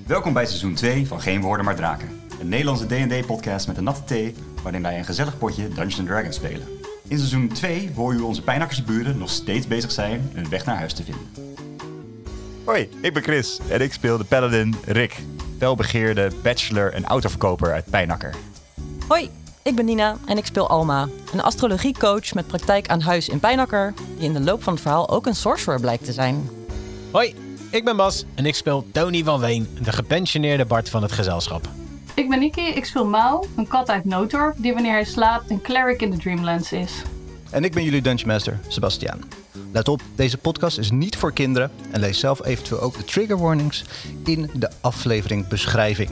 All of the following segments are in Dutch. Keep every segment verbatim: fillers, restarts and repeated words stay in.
Welkom bij seizoen twee van Geen Woorden Maar Draken. Een Nederlandse D en D-podcast met een natte thee, waarin wij een gezellig potje Dungeons and Dragons spelen. In seizoen twee hoor je hoe onze pijnakkersburen nog steeds bezig zijn hun weg naar huis te vinden. Hoi, ik ben Chris en ik speel de paladin Rick, felbegeerde bachelor en autoverkoper uit Pijnakker. Hoi, ik ben Nina en ik speel Alma, een astrologiecoach met praktijk aan huis in Pijnakker, die in de loop van het verhaal ook een sorcerer blijkt te zijn. Hoi, ik ben Bas en ik speel Tony van Ween, de gepensioneerde Bard van het gezelschap. Ik ben Nikki, ik speel Mau, een kat uit Notor, die wanneer hij slaapt een cleric in de Dreamlands is. En ik ben jullie Dungeon Master, Sebastiaan. Let op, deze podcast is niet voor kinderen en lees zelf eventueel ook de trigger warnings in de aflevering beschrijving.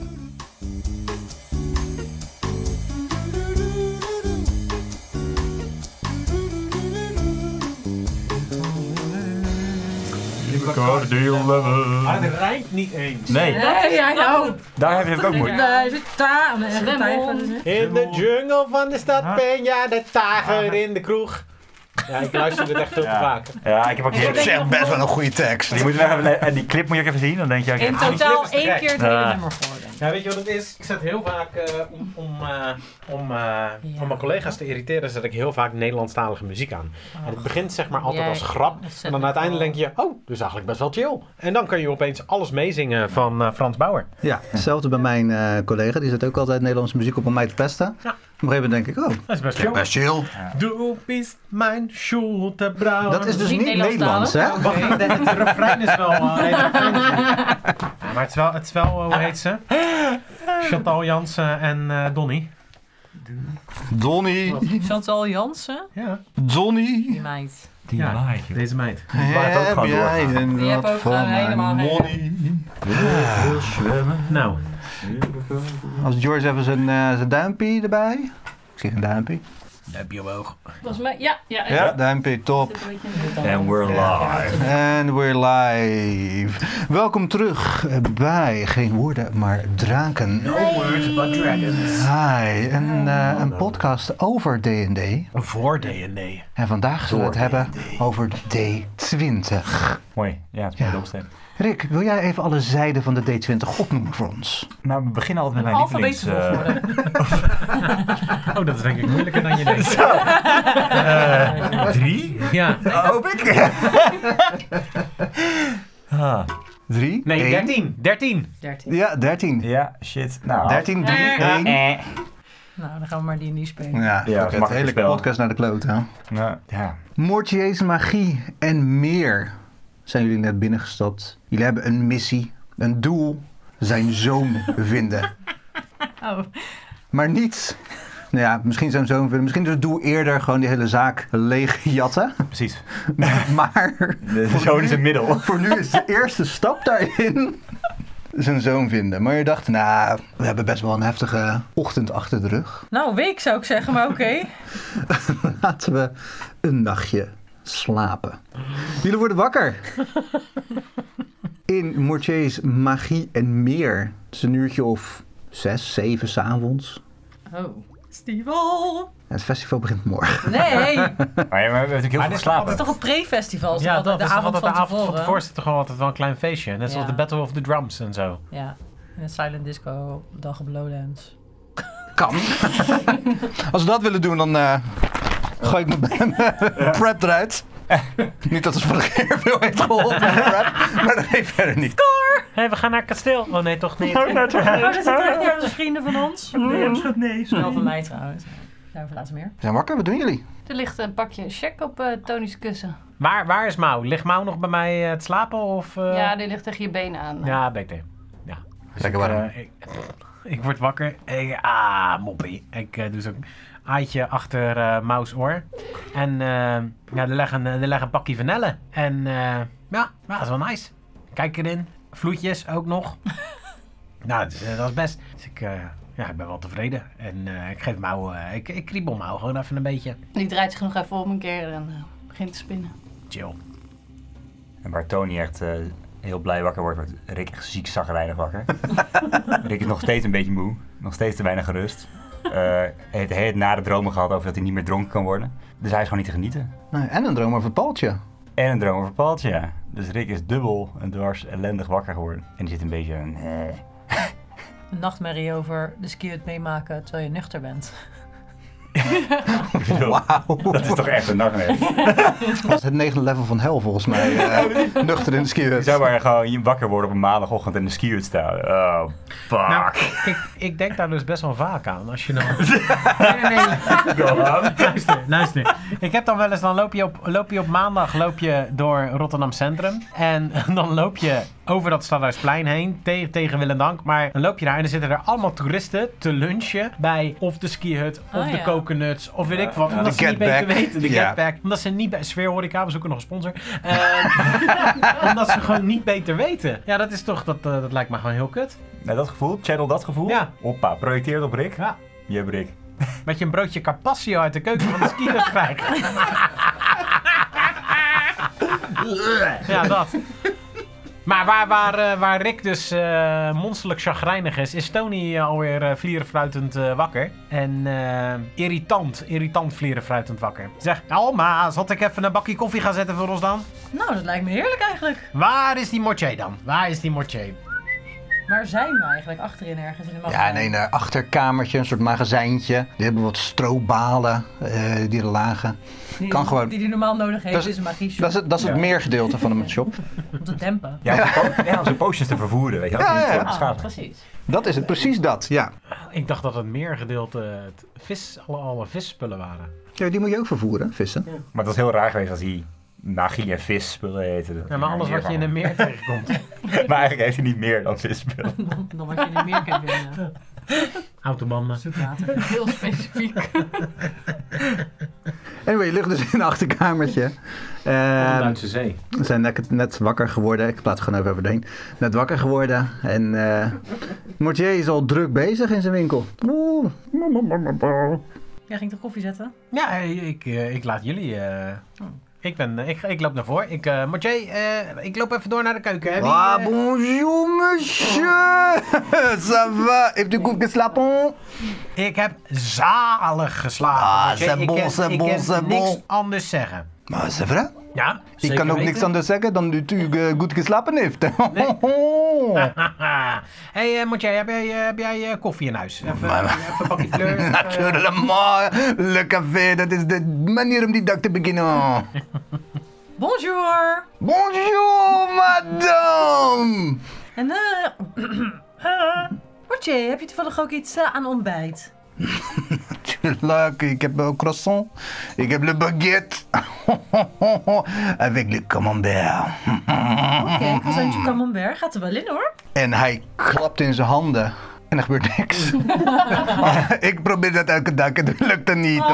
Maar het rijmt niet eens. Nee, Nee, ja, nou. daar heb je het ook moeite. Daar zit daar. In de jungle van de stad ben jij de tager in de kroeg. Ja, ik luister dit echt veel te vaak. Ja, ik heb ook Dat is echt best wel een goede tekst. Die, moet je nog even, en die clip moet je ook even zien, dan denk je... Okay, In Ah, die totaal clip is te één gek. keer het hele Ja. nummer voor. Ja, weet je wat het is? Ik zet heel vaak, uh, om, om, uh, om, uh, Ja. om mijn collega's te irriteren, zet ik heel vaak Nederlandstalige muziek aan. En het begint zeg maar altijd Jij als grap. En ontzettend dan uiteindelijk denk je, oh, dus eigenlijk best wel chill. En dan kan je opeens alles meezingen van uh, Frans Bauer. Ja, hetzelfde bij mijn uh, collega. Die zet ook altijd Nederlandse muziek op om mij te pesten. Ja. Op een gegeven moment denk ik, oh, Dat is best chill. best chill. Du bist mijn Schulterbrouw. Dat is dus Niet niet Nederlands, hè? Nederlandstalig? Wacht, de- het refrein is wel... Uh, nee, het refrein is niet. Ja, maar het is wel, het is wel uh, hoe heet ze? Chantal Jansen en uh, Donnie. Donnie, Chantal Jansen? Ja. Donnie. Die meid. Die Ja, laai, joh. deze meid. laat het ook Heb gewoon jij doorgaan. een Die heb wat ook van gewoon mijn helemaal geen- money? Nou, Als George even zijn, uh, zijn duimpje erbij. Ik zie een duimpje. duimpje omhoog. Volgens mij, ja, ja. Ja, duimpje, top. Zit een beetje in de- And we're live. And we're live. Welkom terug bij Geen Woorden, maar Draken. No words but dragons. Hi, een, uh, een podcast over D en D. Voor D en D. En vandaag zullen we het hebben over D twintig. Mooi, ja, het is mooi Ja. opstem. Rick, wil jij even alle zijden van de D twintig opnoemen voor ons? Nou, we beginnen altijd met mijn lievelings... Alfabetische volgorde. Oh, dat is denk ik moeilijker dan je denkt. Uh, drie? Ja. Hoop ik. ah, Drie? Nee, één. dertien. dertien. dertien. Ja, dertien. ja, shit. Nou, dertien, drie, één. Eh. Nou, dan gaan we maar die en die spelen. Ja, Ja, fuck dat het. mag ik Hele spel. podcast naar de kloot, hè? Nou, ja. Mortier's magie en meer zijn jullie net binnengestapt. Jullie hebben een missie, een doel, zijn zoon vinden. Oh, Maar niet, nou ja, misschien zijn zoon vinden. Misschien is het doel eerder gewoon die hele zaak leeg jatten. Precies. Maar De zoon is een middel. voor nu is de eerste stap daarin zijn zoon vinden. Maar je dacht, nou, we hebben best wel een heftige ochtend achter de rug. nou, week zou ik zeggen, maar oké. Laten we een nachtje slapen. Jullie worden wakker. In Mortier's magie en meer. Het is een uurtje of zes, zeven 's avonds. Oh, Stival. Het festival begint morgen. Nee, Maar, ja, maar we hebben natuurlijk heel veel het is geslapen. toch een pre-festival? Is Ja, toch dat altijd is de toch avond altijd van de avond van tevoren? tevoren is het toch wel altijd wel een klein feestje. Net zoals Ja. de Battle of the Drums en zo. Ja, en Silent Disco, dag op Lowlands. Kan. Als we dat willen doen, dan uh, gooi ik mijn prep eruit. Niet dat het vorige keer veel heeft geholpen met prep, maar dat geeft verder niet. Hé, hey, we gaan naar het kasteel. Oh nee, toch niet. Oh, dat is echt weer onze vrienden van ons. Nee, Wel van mij trouwens. Daarover later meer. We zijn wakker, wat doen jullie? Er ligt een pakje check op uh, Tony's kussen. Waar, waar is Mau? Ligt Mau nog bij mij uh, te slapen? Of, uh... Ja, die ligt tegen je benen aan. Ja, beter. Ja. Dus Lekker ik, warm. uh, ik, ik word wakker. Ik, ah, moppie. Ik uh, doe zo'n aaitje achter uh, Mau's oor. En uh, ja, er leggen er leg een pakje vanille. En uh, ja, ja, dat is wel nice. Kijk erin. Vloedjes ook nog. Nou, dus, uh, dat is best. Dus ik, uh, ja, ik ben wel tevreden. En uh, ik geef Mau, uh, ik, ik kriebel Mau gewoon even een beetje. Die draait zich nog even om een keer en uh, begint te spinnen. Chill. En waar Tony echt uh, heel blij wakker wordt, wordt Rick echt ziek zagrijnig wakker. Rick is nog steeds een beetje moe. Nog steeds te weinig gerust. Uh, heeft de hele nare dromen gehad over dat hij niet meer dronken kan worden. Dus hij is gewoon niet te genieten. Nee, en een droom over het paltje. En een droom over Paultje, ja. Dus Rick is dubbel en dwars ellendig wakker geworden. En die zit een beetje... Een, eh. Een nachtmerrie over de ski-hut meemaken terwijl je nuchter bent. Wauw. Dat is toch echt een nachtmerrie. Dat is het negende level van hel volgens mij. Uh, nuchter in de ski-hut. Je zou maar gewoon wakker worden op een maandagochtend in de ski-hut staan. Oh, fuck. Nou, ik, ik denk daar dus best wel vaak aan. Als je dan... Nee, nee, nee. Luister, luister. Ik heb dan wel eens, dan loop je op, loop je op maandag loop je door Rotterdam Centrum. En dan loop je over dat Stadhuisplein heen, te, tegen Willendank. Maar dan loop je daar en dan zitten er allemaal toeristen te lunchen bij of de skihut, of Oh, de ja. coconuts, of weet ik wat. Ja, Omdat de ze niet beter Getback. weten. De Ja. Getback. Omdat ze niet bij Sfeerhoreca, we zoeken nog een sponsor. Uh, omdat ze gewoon niet beter weten. Ja, dat is toch, dat, uh, dat lijkt me gewoon heel kut. Nou, dat gevoel, channel dat gevoel. Ja. Hoppa, projecteer het op Rick. Ja. Je hebt Rick. Dat je een broodje Carpaccio uit de keuken van de skihut krijgt. Ja, dat. Maar waar, waar, uh, waar Rick dus uh, monsterlijk chagrijnig is, is Tony uh, alweer uh, vlierenfluitend uh, wakker. En uh, irritant, irritant vlierenfluitend wakker. Zeg, Alma, zal ik even een bakje koffie gaan zetten voor ons dan? Nou, dat lijkt me heerlijk eigenlijk. Waar is die Mortier dan? Waar is die Mortier? Waar zijn we eigenlijk? Achterin ergens in de Ja, in een uh, achterkamertje, een soort magazijntje. Die hebben wat strobalen uh, die er lagen. Die, kan gewoon. Die die normaal nodig heeft, Dat is- is een magie Dat is het, dat is het Ja. meergedeelte van de shop. om te dempen. Ja, om zijn po- ja, om zijn postjes te vervoeren, weet je wel. Ja, Niet, ja, uh, ja. beschadigd. precies. Dat is het, precies dat, ja. Ik dacht dat het meergedeelte het vis, alle, alle visspullen waren. Ja, die moet je ook vervoeren, vissen. Maar het was heel raar geweest als hij magie en visspullen heette. Ja, maar alles wat je in een meer tegenkomt. Maar eigenlijk heeft hij niet meer dan visspullen. Dan, dan wat je niet meer kan vinden. Autobanden. Zoetwater. Heel specifiek. Anyway, je ligt dus in een achterkamertje. Uh, Duitse Zee. we zijn net, net wakker geworden. Ik praat er gewoon even overheen. Net wakker geworden. En uh, Mortier is al druk bezig in zijn winkel. Oeh. Jij ging toch koffie zetten? Ja, ik, uh, ik laat jullie... Uh, ik, ben, uh, ik, ik loop naar voren. Ik, uh, Mortier, uh, ik loop even door naar de keuken. Heb je, Ah, uh, bonjour, monsieur. Ça va? Heeft u goed geslapen? Ik heb zalig geslapen. Ah, Mortier. c'est Ik bon, kan- c'est ik bon, kan c'est niks bon. anders zeggen. Maar c'est vrai? Ja, Ik zeker kan ook weten. niks anders zeggen dan dat u uh, goed geslapen heeft. Hé, hey, uh, Mortier, heb jij, uh, heb jij uh, koffie in huis? Even, Maar- even een bakje kleur. even- Natuurlijk, le café, dat is de manier om die dag te beginnen. Bonjour! Bonjour, madame! En eh... uh, Mortier, heb je toevallig ook iets uh, aan ontbijt? Tuurlijk, ik heb een croissant. Ik heb le baguette. Avec le camembert. Oké, okay, croissantje camembert. Gaat er wel in hoor. En hij klapt in zijn handen. En er gebeurt niks. Ik probeer dat elke dag, het lukt er niet.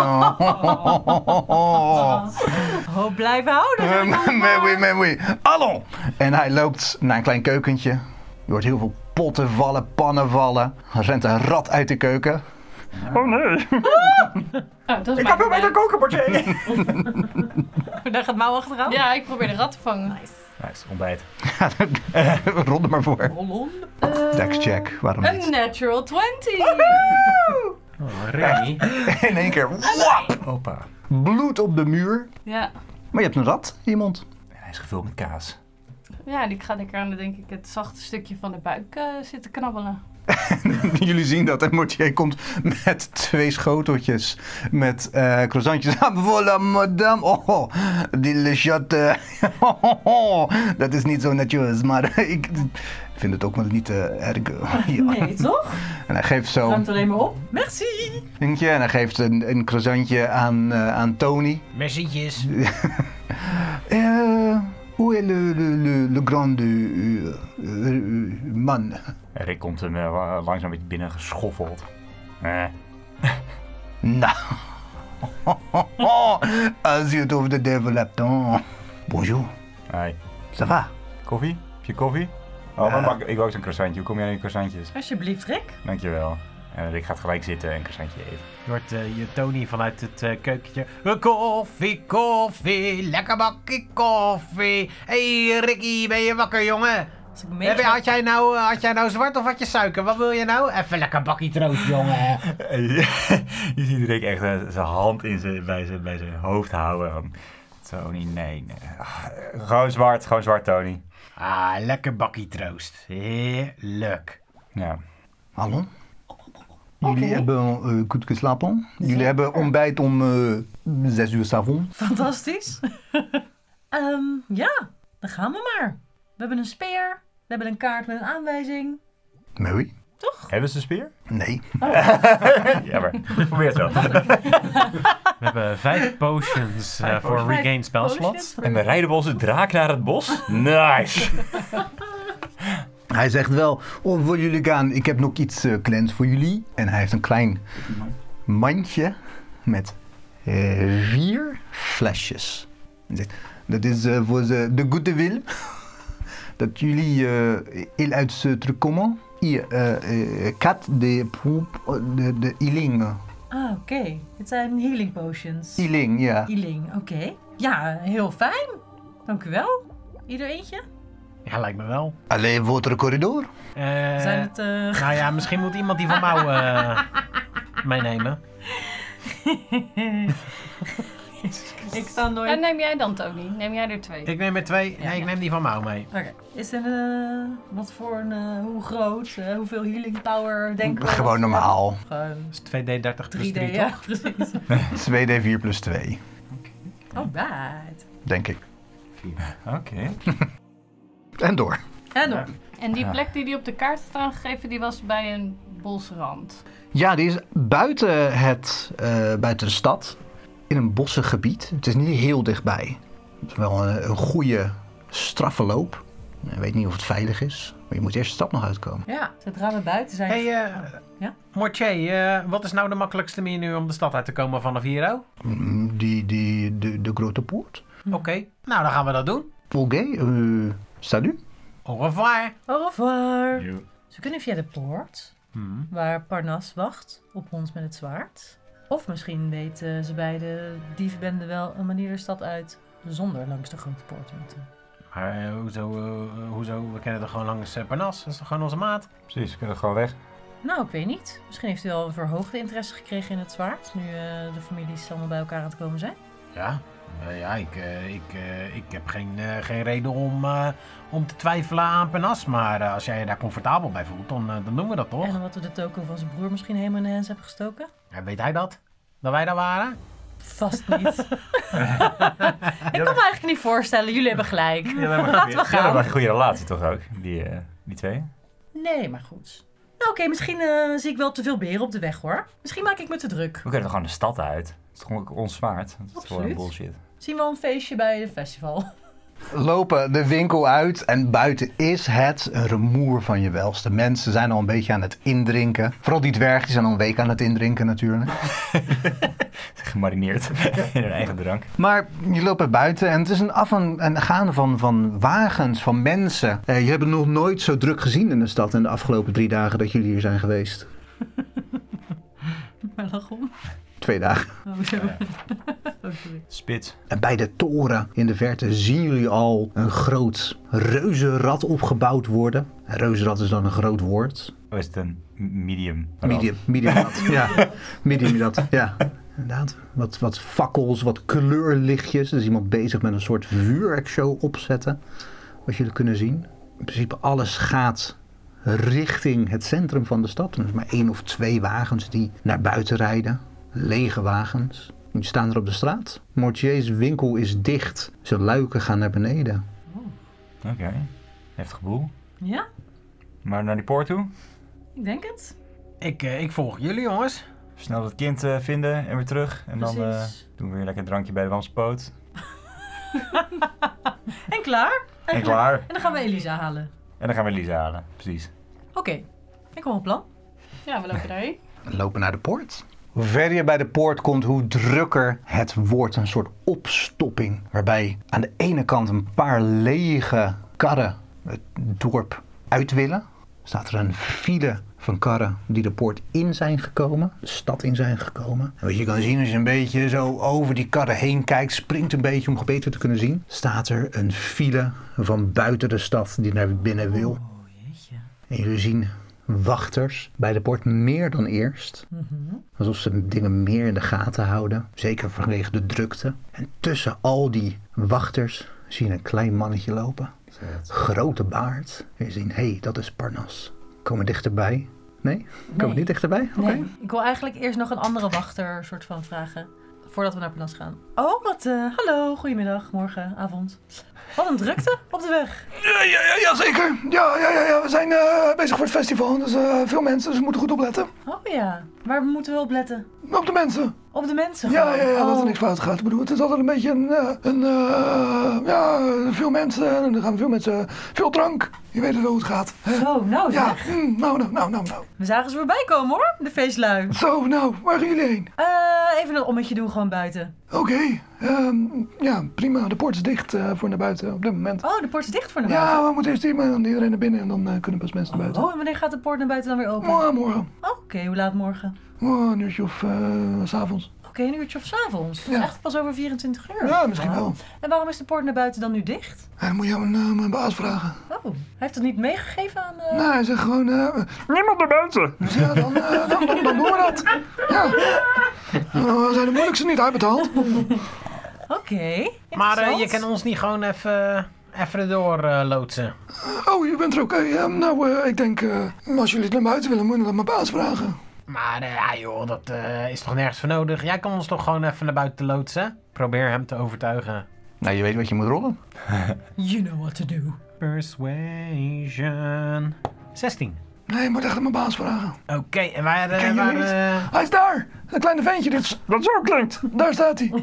Hoop blijven houden. zeg ik allemaal. Mais oui, mais oui. Allons! En hij loopt naar een klein keukentje. Je hoort heel veel potten vallen, pannen vallen. Er rent een rat uit de keuken. Oh nee. Oh, dat is Ik mijn kan veel beter probleem. koken, Mortier! Daar gaat Mouw achteraan. Ja, ik probeer de rat te vangen. Nice. Nice, ontbijt. Rol er maar voor. Rollon. Dex check, waarom Een niet? natural twintig. Oh, Remy. In één keer, wap! Opa. Bloed op de muur. Ja. Maar je hebt een rat in je mond. En hij is gevuld met kaas. Ja, die gaat lekker aan de, denk ik, het zachte stukje van de buik uh, zitten knabbelen. Jullie zien dat en Mortier komt met twee schoteltjes met uh, croissantjes. Voilà, madame. Oh, die le chat. Uh, dat is niet zo netjes, maar ik vind het ook wel niet uh, erg. Ja. Nee, toch? En hij geeft zo Ruimt alleen maar op. Merci. dingetje en hij geeft een, een croissantje aan, uh, aan Tony. Mercietjes. Uh, où est le, le, le, le grande uh, uh, uh, man? En Rick komt hem uh, langzaam een beetje binnen geschoffeld. Eh. Nou, als je het over de duivel hebt, dan... Bonjour, Hey. ça va? Koffie? Heb je koffie? Oh, maar mag ik, ik wil ook zo'n croissantje. Hoe kom jij aan die croissantjes? Alsjeblieft, Rick. Dankjewel. En Rick gaat gelijk zitten en een croissantje eten. Je hoort uh, je Tony vanuit het uh, keukentje. Uh, koffie, koffie, lekker bakje koffie. Hé hey, Ricky, ben je wakker jongen? Als ik Heb mee je, had, jij nou, uh, had jij nou zwart of had je suiker? Wat wil je nou? Even lekker bakje troost jongen. Je ziet Rick echt uh, zijn hand in zijn, bij, zijn, bij zijn hoofd houden. Het Tony, nee. nee. Ah, gewoon zwart, gewoon zwart, Tony. Ah, lekker bakkie troost. Heerlijk. Ja. Hallo? Jullie hebben uh, goed geslapen? Jullie hebben ontbijt om uh, zes uur 's avonds? Fantastisch. um, ja, dan gaan we maar. We hebben een speer. We hebben een kaart met een aanwijzing. Mooi. Toch? Hebben ze een speer? Nee. Ja, maar probeer het wel. We hebben vijf potions uh, voor Vijf regain spelslots. potions. En we rijden onze draak naar het bos? Nice! Hij zegt wel, oh, voor jullie gaan, ik heb nog iets uh, kleins voor jullie. En hij heeft een klein mandje met uh, vier flesjes. Hij zegt, dat is uh, voor de, de goede wil. Dat jullie uh, heel uit uh, terugkomen. Hier, uh, uh, kat de poep, de, de healing. Ah, oké. Okay. Het zijn healing potions. Healing, ja. Healing, oké. Okay. Ja, heel fijn. Dank u wel. Ieder eentje? Ja, lijkt me wel. Alleen voor de corridor. Uh, Zijn het... Uh... Nou ja, misschien moet iemand die van Mouw uh, meenemen. Ik sta nooit... En neem jij dan, Tony? Neem jij er twee? Ik neem er twee. Ja, Ja, ik ja. neem die van Mouw mee. Oké. Okay. Is er uh, wat voor een... Uh, hoe groot? Uh, hoeveel healing power denken we? Gewoon normaal. Gewoon Dat is twee D dertig plus drie D, drie, ja, toch? precies. twee D vier plus twee, Alright. denk ik. Oké. Okay. En door. En nog. En die Ja. plek die hij op de kaart had aangegeven, die was bij een bosrand. Ja, die is buiten, het, uh, buiten de stad. In een bossig gebied. Het is niet heel dichtbij. Het is wel een, een goede, straffe loop. Ik weet niet of het veilig is. Maar je moet eerst de stad nog uitkomen. Ja, zodra we buiten zijn... Hey, uh, Ja? Mortier, uh, wat is nou de makkelijkste manier nu om de stad uit te komen vanaf hier? Oh? Mm, Die, die, de, de grote poort. Oké, okay. Nou dan gaan we dat doen. Oké, uh, salut. Au revoir. Au revoir. Yo. Ze kunnen via de poort, Hmm. waar Parnas wacht op ons met het zwaard. Of misschien weten ze bij de dievenbende wel een manier de stad uit zonder langs de grote poort te moeten. Maar uh, hoezo, uh, hoezo, we kennen toch gewoon langs uh, Parnas? Dat is toch gewoon onze maat? Precies, we kunnen gewoon weg. Nou, ik weet niet. Misschien heeft u wel een verhoogde interesse gekregen in het zwaard, nu uh, de families allemaal bij elkaar aan het komen zijn. Ja, uh, ja ik, uh, ik, uh, ik heb geen, uh, geen reden om, uh, om te twijfelen aan Parnas. Maar uh, als jij je daar comfortabel bij voelt, dan, uh, dan doen we dat toch? En omdat we de token van zijn broer misschien helemaal in de hens hebben gestoken? Ja, weet hij dat? Dat wij daar waren? Vast niet. Ik kan me eigenlijk niet voorstellen, jullie hebben gelijk. Ja, maar Laten we Ja, dat gaan. was een goede relatie toch ook, die, uh, die twee. Nee, maar goed. Nou oké, okay, misschien uh, zie ik wel te veel beren op de weg hoor. Misschien maak ik me te druk. We kunnen gewoon de stad uit. Het is gewoon ons zwaard. Dat is gewoon Absoluut. bullshit. Zien we al een feestje bij het festival. Lopen de winkel uit en buiten is het een rumoer van je welste. Mensen zijn al een beetje aan het indrinken. Vooral die dwergjes zijn al een week aan het indrinken natuurlijk. Gemarineerd in hun eigen drank. Maar je loopt er buiten en het is een af en, en gaan van, van wagens, van mensen. Eh, je hebt het nog nooit zo druk gezien in de stad in de afgelopen drie dagen dat jullie hier zijn geweest. Maar lach om. Twee dagen. Oh, zo. Ja. Oh, sorry. Spits. En bij de toren in de verte zien jullie al een groot reuzenrad opgebouwd worden. Een reuzenrad is dan een groot woord. Of is het een medium? Medium, medium rad. Ja, medium rad, ja. Inderdaad, wat, wat fakkels, wat kleurlichtjes. Er is iemand bezig met een soort vuurwerkshow opzetten. Wat jullie kunnen zien. In principe alles gaat richting het centrum van de stad. Er zijn maar één of twee wagens die naar buiten rijden. Lege wagens. Die staan er op de straat. Mortier's winkel is dicht. Zijn luiken gaan naar beneden. Oké. Okay. Heftig boel. Ja, Maar naar die poort toe. ik denk het. Ik, uh, ik volg jullie jongens. Snel het kind uh, vinden en weer terug. En dan uh, Precies. doen we weer lekker een drankje bij de Wamspoot. En klaar. En klaar. En dan gaan we Elisa halen. En dan gaan we Lisa halen. Precies. Oké, okay. Ik kom op plan. Ja, we lopen daarheen. We lopen naar de poort. Hoe verder je bij de poort komt, hoe drukker het wordt. Een soort opstopping. Waarbij aan de ene kant een paar lege karren het dorp uit willen. Staat er een file van karren die de poort in zijn gekomen. De stad in zijn gekomen. En wat je kan zien als je een beetje zo over die karren heen kijkt. Springt een beetje om beter te kunnen zien. Staat er een file van buiten de stad die naar binnen wil. Oh, jeetje. En jullie zien wachters bij de poort, meer dan eerst. Mhm. Alsof ze dingen meer in de gaten houden. Zeker vanwege de drukte. En tussen al die wachters zie je een klein mannetje lopen. Grote baard. En je ziet, hé, hey, dat is Parnas. Komen dichterbij. Nee? Komen we Nee. niet dichterbij? Oké. Nee. Ik wil eigenlijk eerst nog een andere wachter soort van vragen. Voordat we naar Parnas gaan. Oh, wat... Uh, hallo, goedemiddag, morgen, avond. Wat een drukte op de weg. Ja, ja, ja, ja zeker. Ja, ja, ja, ja. We zijn uh, bezig voor het festival. Dus uh, veel mensen, dus we moeten goed opletten. Oh ja, waar moeten we op letten? Op de mensen. Op de mensen Ja, gewoon? ja, ja, dat er Oh. niks fout gaat. Ik bedoel, het is altijd een beetje een, uh, een uh, ja, veel mensen. En dan gaan veel mensen, veel drank. Je weet het hoe het gaat. Hè? Zo, nou Ja, zeg. mm, nou, nou, nou, nou, nou. We zagen ze voorbij komen hoor, de feestlui. Zo, nou, waar gaan jullie heen? Uh, even een ommetje doen gewoon buiten. Oké, okay, um, ja, prima. De poort is dicht uh, voor naar buiten op dit moment. Oh, de poort is dicht voor naar buiten? Ja, we moeten eerst iedereen, iedereen naar binnen en dan uh, kunnen pas mensen naar buiten. Oh, en wanneer gaat de poort naar buiten dan weer open? Morgen, morgen. Oké, okay, hoe laat morgen? Oh, een uurtje of uh, 's avonds. Oké, okay, een uurtje of 's avonds. Dat is Ja. echt pas over vierentwintig uur. Ja, misschien wel. En waarom is de poort naar buiten dan nu dicht? Ja, dan moet je aan mijn, uh, mijn baas vragen. Oh, hij heeft het niet meegegeven aan... Uh... Nee, hij zegt gewoon, uh, niemand naar buiten. Dus ja, dan, uh, dan, dan, dan doen we dat. Ja. Uh, we zijn de moeilijkste niet uitbetaald. Oké, okay, Maar uh, je kan ons niet gewoon even, even erdoor uh, loodsen. Uh, oh, je bent er oké. Okay. Uh, nou, uh, ik denk, uh, als jullie het naar buiten willen, moet je het aan mijn baas vragen. Maar uh, ja joh, dat uh, is toch nergens voor nodig. Jij kan ons toch gewoon even naar buiten loodsen? Probeer hem te overtuigen. Nou, je weet wat je moet rollen. You know what to do. Persuasion. zestien. Nee, je moet echt aan mijn baas vragen. Oké, okay, en waar... Uh, Ken je waar niet? uh... Hij is daar. Een kleine ventje dit, dat zo klinkt. Daar staat hij.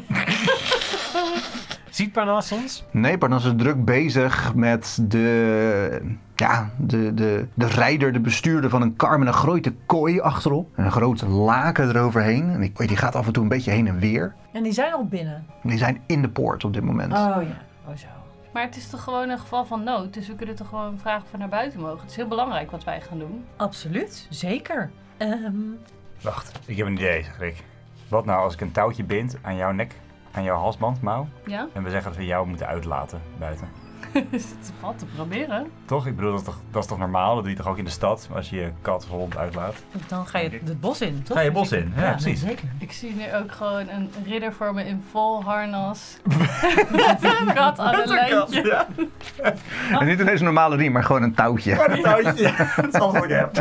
Ziet Parnas ons? Nee, Parnas is druk bezig met de, ja, de, de, de rijder, de bestuurder van een kar met een grote kooi achterop. En een grote laken eroverheen. En die, die gaat af en toe een beetje heen en weer. En die zijn al binnen? Die zijn in de poort op dit moment. Oh ja, oh zo. Maar het is toch gewoon een geval van nood, dus we kunnen toch gewoon vragen of we naar buiten mogen. Het is heel belangrijk wat wij gaan doen. Absoluut, zeker. Um... Wacht, ik heb een idee, zeg Rick. Wat nou als ik een touwtje bind aan jouw nek, aan jouw halsband, mouw? Ja? En we zeggen dat we jou moeten uitlaten buiten. Het valt te proberen. Toch? Ik bedoel, dat is toch, dat is toch normaal? Dat doe je toch ook in de stad, als je je kat of hond uitlaat? Dan ga je het bos in, toch? Ga je het bos in, ja, ja precies. Nee, zeker. Ik zie nu ook gewoon een ridder voor me in vol harnas. Met een kat aan een lijntje. Ja. En niet ineens een normale riem, maar gewoon een touwtje. Een touwtje, ja. Dat is alles wat je hebt.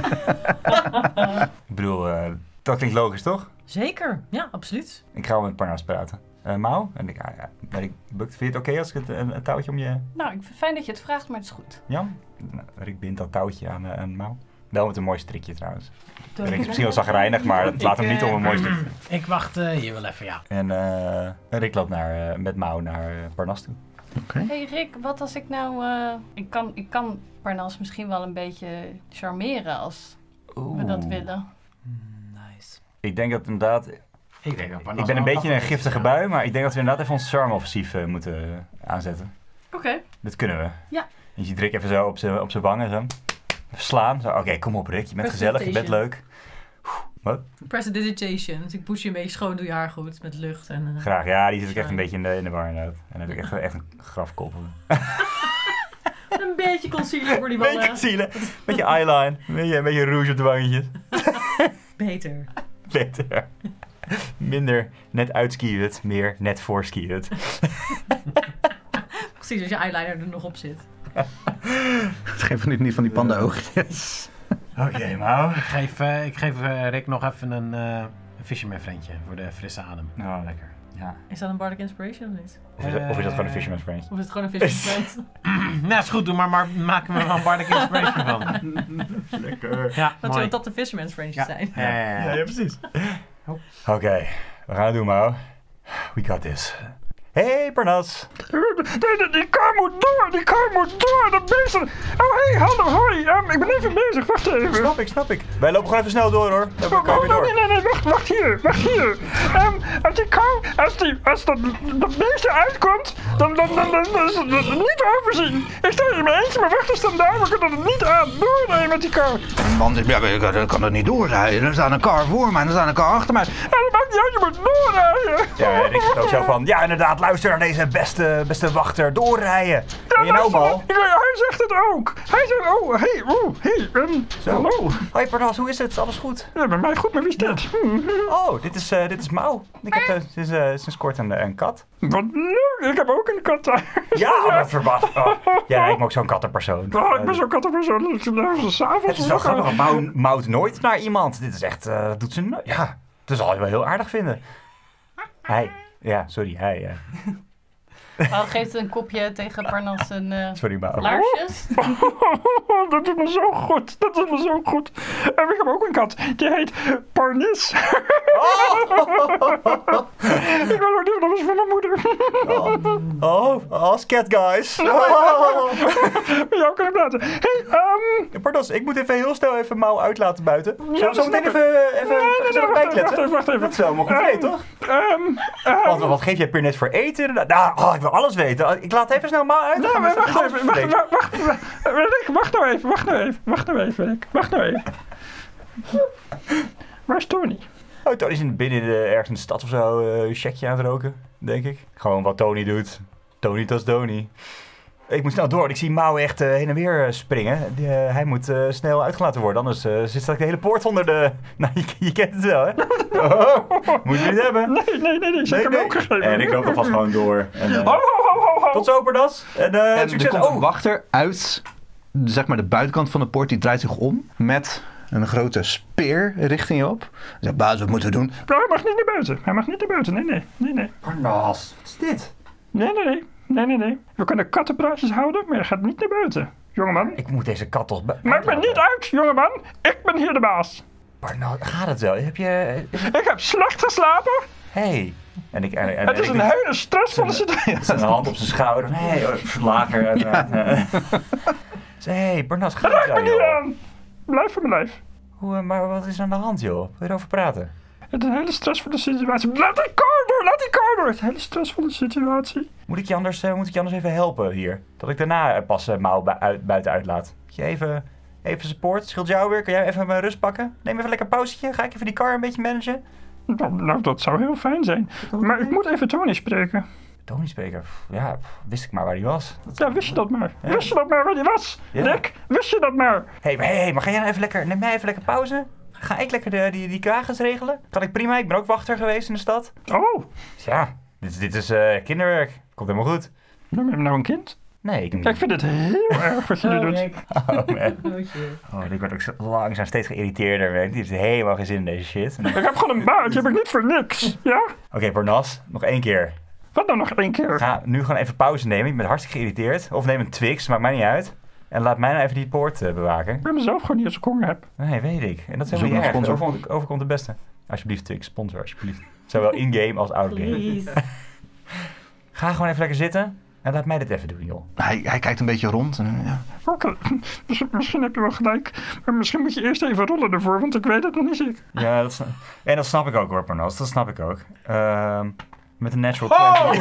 Ik bedoel, uh, dat klinkt logisch, toch? Zeker, ja, absoluut. Ik ga wel met Parnas praten. Uh, Mauw? En ik, ah, ja, ben ik bukt. Vind je het oké okay als ik het, een, een touwtje om je... Nou, ik vind het fijn dat je het vraagt, maar het is goed. Ja? Nou, Rick bindt dat touwtje aan, uh, aan Mauw. Wel met een mooi strikje trouwens. Rick is misschien wel zagrijnig, maar dat laat hem niet om een mooi strikje. Ik wacht uh, hier wel even, ja. En uh, Rick loopt naar, uh, met Mauw naar uh, Parnas toe. Okay. Hey Rick, wat als ik nou... Uh, ik, kan, ik kan Parnas misschien wel een beetje charmeren als Oeh. we dat willen. Nice. Ik denk dat inderdaad... Ik, denk dat Parnas ik ben een wel beetje een grappig is, giftige ja. bui, maar ik denk dat we inderdaad even ons charme-offensief uh, moeten uh, aanzetten. Oké. Okay. Dat kunnen we. Ja. Je ziet Rick even zo op zijn op zijn wangen zo. Even slaan. Oké, okay, kom op Rick, je bent gezellig, je bent leuk. Wat? Prestidigitation. Dus ik push je een beetje schoon, doe je haar goed met lucht. En, uh... Graag, ja, die zit ook echt een beetje in de, in de war inderdaad. En dan heb ik echt, echt een grafkop. Een beetje concealer voor die mannen. Beetje concealer, beetje eyeline, een beetje, een beetje rouge op de wangetjes. Beter. Beter. Minder net uitskiën, meer net voorskiën. Precies, als je eyeliner er nog op zit. Geef niet, niet van die panda oogjes. Oké, okay, Mauw. Ik geef, uh, ik geef uh, Rick nog even een, uh, een Fisherman vriendje voor de frisse adem. Oh, lekker. Ja. Is dat een Bardic Inspiration of niet? Of is, dat, of is dat gewoon een Fisherman's Friend? Of is het gewoon een Fisherman's Friend? Nou, is goed, doe maar, maar maken we er wel een Bardic Inspiration van. Lekker. Ja, dat mooi. we dat de Fisherman's Friends ja. zijn. Ja, ja, ja. ja, ja precies. Oh. Oké, okay, we gaan het doen, Mauw. We got this. Hey, Parnas. Die, die kar moet door, die kar moet door, dat beesten. Oh, hey, hallo, hoi. Um, ik ben even bezig, wacht even. Snap ik, snap ik. Wij lopen gewoon even snel door, hoor. Dan oh, kan oh, weer door. nee, nee, nee, wacht, wacht hier, wacht hier. Um, als die kar, als, die, als dat, dat beestje uitkomt, dan, dan, dan, dan, dan is het niet overzien. Ik sta hier in mijn eentje, maar wachters staan daar, we kunnen het niet aan doorrijden met die kar. En man zegt, ja, ik kan, kan het niet doorrijden. Er staat een kar voor mij en er staat een kar achter mij. En dat maakt niet uit, je moet doorrijden. Ja, Rick zit ook zo van, ja, inderdaad, luister naar deze beste, beste wachter. Doorrijden. Ja, En je nou, Mal? Ja, hij zegt het ook. Hij zegt, oh, hey, oh, hey, um, hallo. Hoi, Parnas, hoe is het? Alles goed? Ja, bij mij goed, maar wie is dit? Hm. Oh, dit is, uh, dit is Mau. Ik heb uh, sinds, uh, sinds kort een, een kat. Wat leuk, ik heb ook een kat thuis. Ja, wat verbaasd. Oh, jij lijkt me ook zo'n kattenpersoon. Oh, ik ben zo'n kattenpersoon. Dat is s'avonds. Het is wel grappig, want Mau mouwt nooit naar iemand. Dit is echt, uh, dat doet ze nooit. Ja, dat zal je wel heel aardig vinden. Hij, ja, sorry, hij. Uh. Paul geeft een kopje tegen Parnas een uh, Sorry, Mau. laarsjes. Dat doet me zo goed. Dat doet me zo goed. En ik heb ook een kat. Die heet Parnis. Oh, Ik weet ook niet, dat was van mijn moeder. oh, als cat guys. Oh. Met jou kunnen praten. Hey, um... Parnas, ik moet even heel snel even Mau uitlaten buiten. Zullen we Ja, zo meteen snap even, ik. even Nee, nee, nee, gezellig wacht even, bijkletsen? wacht even, wacht even. Dat is wel maar goed Um, weten, toch? Um, um, Wat, wat geef jij per net voor eten? inderdaad? Nou, oh, ik wil alles weten. Ik laat even snel Mau uit. Nee, maar wacht even, wacht, wacht, wacht, wacht, Rick, wacht nou even, wacht nou even, wacht nou even, Rick, wacht nou even. Waar is Tony? Oh, Tony is in, binnen de, ergens in de stad of zo uh, een checkje aan het roken, denk ik. Gewoon wat Tony doet. Tony tas Tony. Ik moet snel door, want ik zie Mau echt uh, heen en weer springen. Die, uh, hij moet uh, snel uitgelaten worden, anders uh, zit straks de hele poort onder de... Nou, je, je kent het wel, hè? Oh, moet je niet hebben. Nee, nee, nee, nee, ze hebben hem ook gegeven. En ik loop alvast gewoon door. En, uh, Ho, ho, ho, ho. tot zo, Parnas. En, uh, En succes. er komt een Oh, wachter uit zeg maar, de buitenkant van de poort. Die draait zich om met een grote speer richting je op. Hij zegt, baas, wat moeten we doen? Nou, hij mag niet naar buiten. Hij mag niet naar buiten. Nee, nee, nee, nee. Parnas, wat is dit? Nee, nee, nee. Nee, nee, nee. We kunnen kattenpraatjes houden, maar je gaat niet naar buiten. Jongeman. Ik moet deze kat toch... Maak me niet uit, jongeman. Ik ben hier de baas. Parnas, gaat het wel? Heb je... Is het... Ik heb slecht geslapen. Hey. En ik, en, en, Het is en een ik, hele stressvolle situatie. Zijn hand op zijn schouder. Nee, oh, lager. En, ja. uh, Hé, hey, Parnas, gaat het Raak wel, me niet joh? aan. Blijf van mijn lijf. Hoe, uh, maar wat is er aan de hand, joh? Wil je erover praten? Het is een hele stressvolle situatie. Laat die car door, laat die car door. Het is een hele stressvolle situatie. Moet ik je anders, uh, moet ik je anders even helpen hier? Dat ik daarna uh, pas uh, Mau bu uit, buiten uitlaat. Dat je even, even support. Scheelt jou weer? Kan jij even mijn rust pakken? Neem even lekker een pauzetje. Ga ik even die car een beetje managen? Nou, nou, dat zou heel fijn zijn. Maar ik moet even Tony spreken. Tony spreken. Pff, Ja, pff, wist ik maar waar hij was. Ja, wist je dat maar. Wist je dat maar waar die was? Ja. Rick, wist je dat maar? Hé, hey, hey, maar ga jij nou even lekker... Neem mij even lekker pauze? Ga ik lekker de, die, die kragens regelen? Kan ik prima. Ik ben ook wachter geweest in de stad. Oh, Ja, dit, dit is uh, kinderwerk. Komt helemaal goed. nou, heb je nou een kind? Nee, ik niet. Ja, ik vind het heel erg wat je nu doet. Oh, man. Oh shit. Oh, ik word ook zo langzaam steeds geïrriteerder. Man. Die heeft helemaal geen zin in deze shit. Oké, Ik heb gewoon een baard, die heb ik niet voor niks. Ja? Parnas, nog één keer. Wat nou nog één keer? Ga nu gewoon even pauze nemen. Ik ben hartstikke geïrriteerd. Of neem een Twix, maakt mij niet uit. En laat mij nou even die poort uh, bewaken. Ik ben mezelf gewoon niet als ik honger heb. Nee, weet ik. En dat is Zoek helemaal niet nog erg. sponsor. Overkomt, overkomt het beste. Alsjeblieft, Twix, sponsor, alsjeblieft. Zowel in-game als out-game. Please. Ga gewoon even lekker zitten. En laat mij dit even doen, joh. Hij, hij kijkt een beetje rond. En, ja. Oké, misschien, misschien heb je wel gelijk. Maar misschien moet je eerst even rollen ervoor, want ik weet het nog niet zeker. Ja, dat snap, en dat snap ik ook hoor, Parnas. Dat snap ik ook. Ehm met een natural twintig.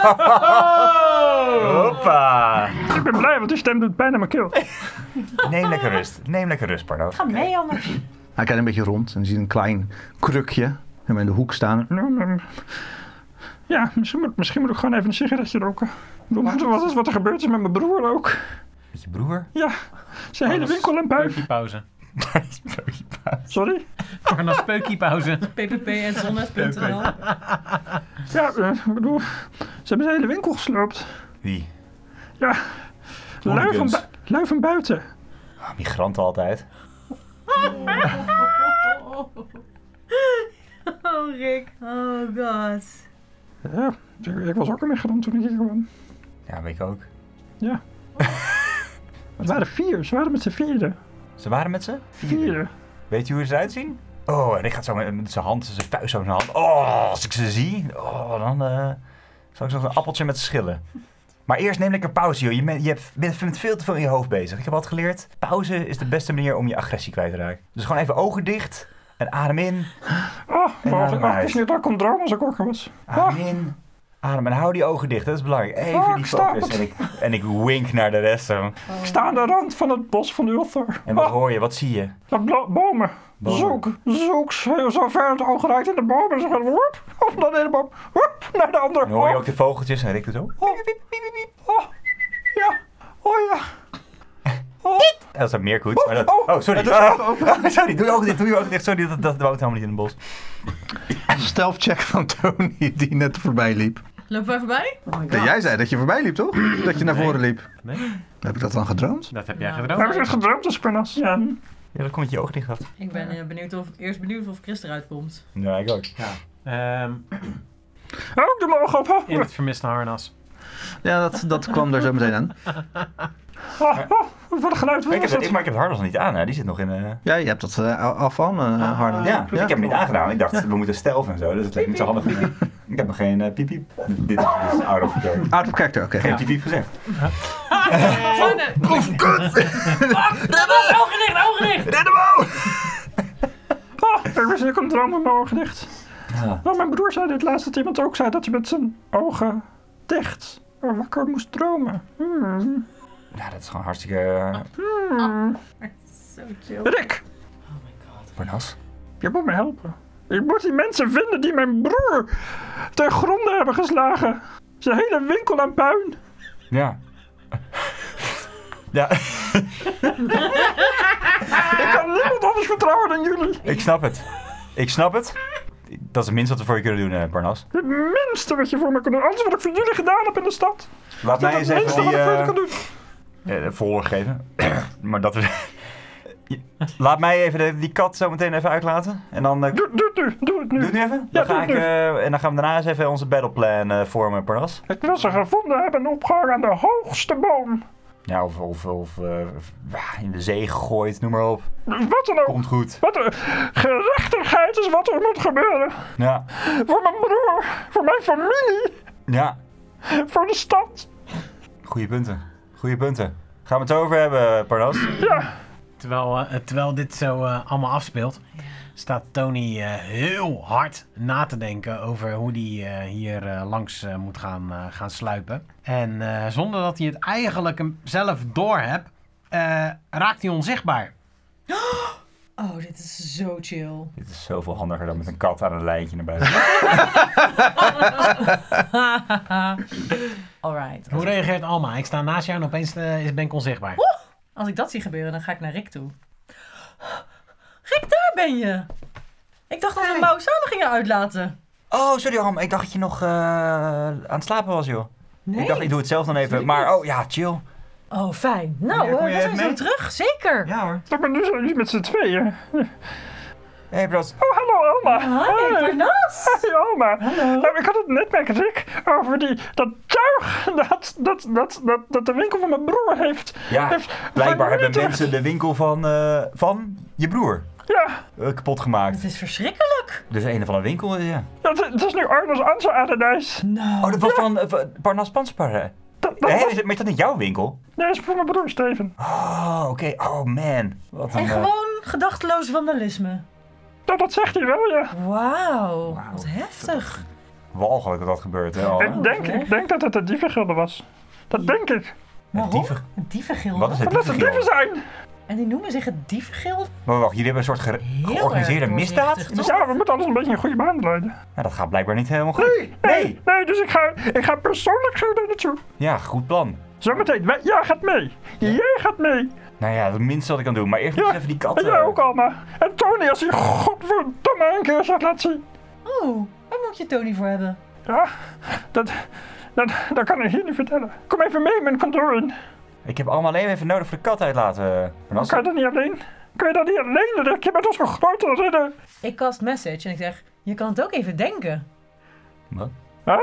Hoppa! Ik ben blij, want die stem doet bijna mijn keel. Neem lekker rust. Neem lekker rust, Parnas. Ga mee anders. Hij kijkt een beetje rond en ziet een klein krukje hem in de hoek staan. Nou, nou, ja, misschien moet, misschien moet ik gewoon even een sigaretje roken. Ik bedoel, Wat is wat er gebeurd is met mijn broer ook. Met je broer? Ja, zijn hele winkel en buik. Peukiepauze. Sorry? Parnas peukiepauze. P P P en zonnet punt n l. Ja, uh, ik bedoel, ze hebben zijn hele winkel gesloopt. Wie? Ja, lui van, Hooligans. bu- lui van buiten. Ah, migranten altijd. Oh Rick. Oh god. Ja, ik, ik was ook een migrant toen ik hier kwam. Ja, weet ik ook. Ja. Het waren vier, ze waren met z'n vieren. Ze waren met z'n? Vieren. Weet je hoe ze eruit zien? Oh, en ik ga zo met, met zijn hand, zijn vuist zo in zijn hand. Oh, als ik ze zie, oh, dan uh, zal ik zo een appeltje met ze schillen. Maar eerst neem lekker pauze, joh. Je, bent, je hebt, bent met veel te veel in je hoofd bezig. Ik heb altijd geleerd, pauze is de beste manier om je agressie kwijt te raken. Dus gewoon even ogen dicht en adem in. Oh, En maar adem ach, uit. het is niet dat ik kon dromen als ik wakker was. Ah, Adem in, Adem en hou die ogen dicht, dat is belangrijk. Even Oh, die ik sta focus. het. En ik, en ik wink naar de rest. Zo. Ik sta aan de rand van het bos van Ulthor. En wat Oh, hoor je? Wat zie je? de blo- bomen. Bomen. Zoek, zoek zo, zo ver het oog reikt in de bomen. Ze gaan woep, of naar de ene boom, woep, naar de andere. En hoor je Oh, ook de vogeltjes en Rick doet zo. oh, oh, ja, oh ja. Oh. Dat zijn meer koets. Maar dat... Oh, Oh, sorry. het is Oh, open. oh, sorry, doe je ogen dicht, doe je ogen dicht. Sorry, dat, dat woont helemaal niet in het bos. Stealth check van Tony die net voorbij liep. Lopen wij voorbij? Oh my Ja, jij zei dat je voorbij liep, toch? Dat je naar voren liep. Nee, Heb ik dat dan gedroomd? dat heb jij Ja. gedroomd. Heb ik het gedroomd als Pernas? Ja. Ja, dat komt je ogen dicht gehad. Ik ben eh, benieuwd of, eerst benieuwd of Chris eruit komt. Ja, ik ook. Ehm, Oh, ik doe mijn ogen op. in het vermiste harnas. Ja, dat, dat kwam er zo meteen aan. Oh, oh, wat een geluid. Wat Ik heb, was het, dat? maar ik heb het harnas nog niet aan, hè. Die zit nog in... Uh... Ja, je hebt dat uh, af van uh, harde. Ja, dus ik heb hem niet aangedaan. Ik dacht, we moeten stelven en zo. Dus het leek niet zo handig. Ik heb nog geen uh, piep piep. Dit is dus out of character. Out of character, oké. Geen piep piep gezegd. Oef, kut! Ogen dicht, ogen dicht! Red hem out! Oh, ik wist niet, ik kon dromen met mijn ogen dicht. Ja. Nou, mijn broer zei dit laatst dat iemand ook zei dat hij met zijn ogen dicht wakker moest dromen. Hmm. Ja, dat is gewoon hartstikke... Uh, Hmm. Zo chill. Rick, Parnas. je moet me helpen. Ik moet die mensen vinden die mijn broer ten gronde hebben geslagen. Zijn hele winkel aan puin. Ja. Ja, Ik kan niemand anders vertrouwen dan jullie. ik snap het. Ik snap het. Dat is het minste wat we voor je kunnen doen, uh, Parnas. Het minste wat je voor me kan doen. Alles wat ik voor jullie gedaan heb in de stad. Laat Dat mij is eens het minste even wat die... ik voor jullie Uh, kan doen. uh, voorwoord geven. Maar dat we... Laat mij even de, die kat zo meteen even uitlaten. En dan... Uh, Doe, doe, doe, doe het nu. Doe het nu even? Ja, Dan ga doe ik, het nu. uh, en dan gaan we daarna eens even onze battleplan uh, vormen, Parnas. Ik wil ze gevonden hebben en opgehangen aan de hoogste boom. Ja, of, of, of uh, in de zee gegooid, noem maar op. Wat dan ook. Komt goed. Wat er, gerechtigheid is wat er moet gebeuren. Ja. Voor mijn broer, voor mijn familie, Ja. voor de stad. Goeie punten. Goeie punten. Gaan we het zo over hebben, Parnas? Ja, Terwijl, uh, terwijl dit zo uh, allemaal afspeelt, staat Tony uh, heel hard na te denken over hoe hij uh, hier uh, langs uh, moet gaan, uh, gaan sluipen. En uh, zonder dat hij het eigenlijk hem zelf doorhebt, uh, raakt hij onzichtbaar. Oh, dit is zo chill. Dit is zoveel handiger dan met een kat aan een lijntje naar buiten. Alright. Hoe reageert Alma? Ik sta naast jou en opeens uh, ben ik onzichtbaar. Als ik dat zie gebeuren, dan ga ik naar Rick toe. Rick, daar ben je! Ik dacht dat we Mouw samen gingen uitlaten. Oh, sorry Alma. Ik dacht dat je nog uh, aan het slapen was, joh. Nee. Ik dacht, ik doe het zelf dan even. Maar, oh ja, chill. Oh, fijn. Nou, Ja, uh, kom we je zijn even zo mee? terug. Zeker. Ja hoor. ik ben nu zo nu met z'n tweeën. Hé, hey, bros. Oh, hallo Alma. Hi, Parnas. Hey Alma. Hallo. Nou, ik had het net met Rick over die, dat tuig dat, dat, dat, dat, dat de winkel van mijn broer heeft. Ja, heeft blijkbaar hebben vernietigd. mensen de winkel van, uh, van je broer Ja, uh, kapot gemaakt. Het is verschrikkelijk. Dus een of andere winkel, uh, ja. dat, dat is nu Arno's Anse Adenijs. Nou. Oh, dat was van uh, Parnas Panspar, hè? Dat, dat Hé, was, is, het- maar is dat niet jouw winkel? nee, dat is voor mijn broer Steven. Oh, oké. Oh, man. Wat een... En uh, gewoon gedachteloos vandalisme. Dat, dat zegt hij wel, ja. Wauw. Wat heftig. walgelijk dat dat gebeurt, hè? Alma? Ik denk, ik denk dat het de dievengilde was. Dat denk ik. Waarom? dieven- Een dievengilde? Wat is het? Omdat het dieven zijn. En die noemen zich het dievengilde? Maar wacht, jullie hebben een soort ge- Heel georganiseerde erg misdaad? doorzichtig, Dus- toch? Ja, we moeten alles een beetje in goede banen leiden. Nou, dat gaat blijkbaar niet helemaal goed. Nee, nee, nee, dus ik ga, ik ga persoonlijk zo daar naartoe. Ja, goed plan. Zometeen, wij- jij gaat mee. Jij gaat mee. Nou ja, het minste wat ik kan doen. Maar eerst moet Ja, ik even die kat... en jij eh, ook, Alma. En Tony, als hij godverdomme een keer zich laat zien. Oh, waar moet je Tony voor hebben? Ja, dat, dat, dat kan ik hier niet vertellen. Kom even mee mijn kantoor in. Ik heb allemaal alleen even nodig voor de kat uitlaten. Parnas. Kan je dat niet alleen? Kan je dat niet alleen, Rick? Je bent toch zo'n grote ridder. Ik cast message en ik zeg, je kan het ook even denken. Wat? Huh?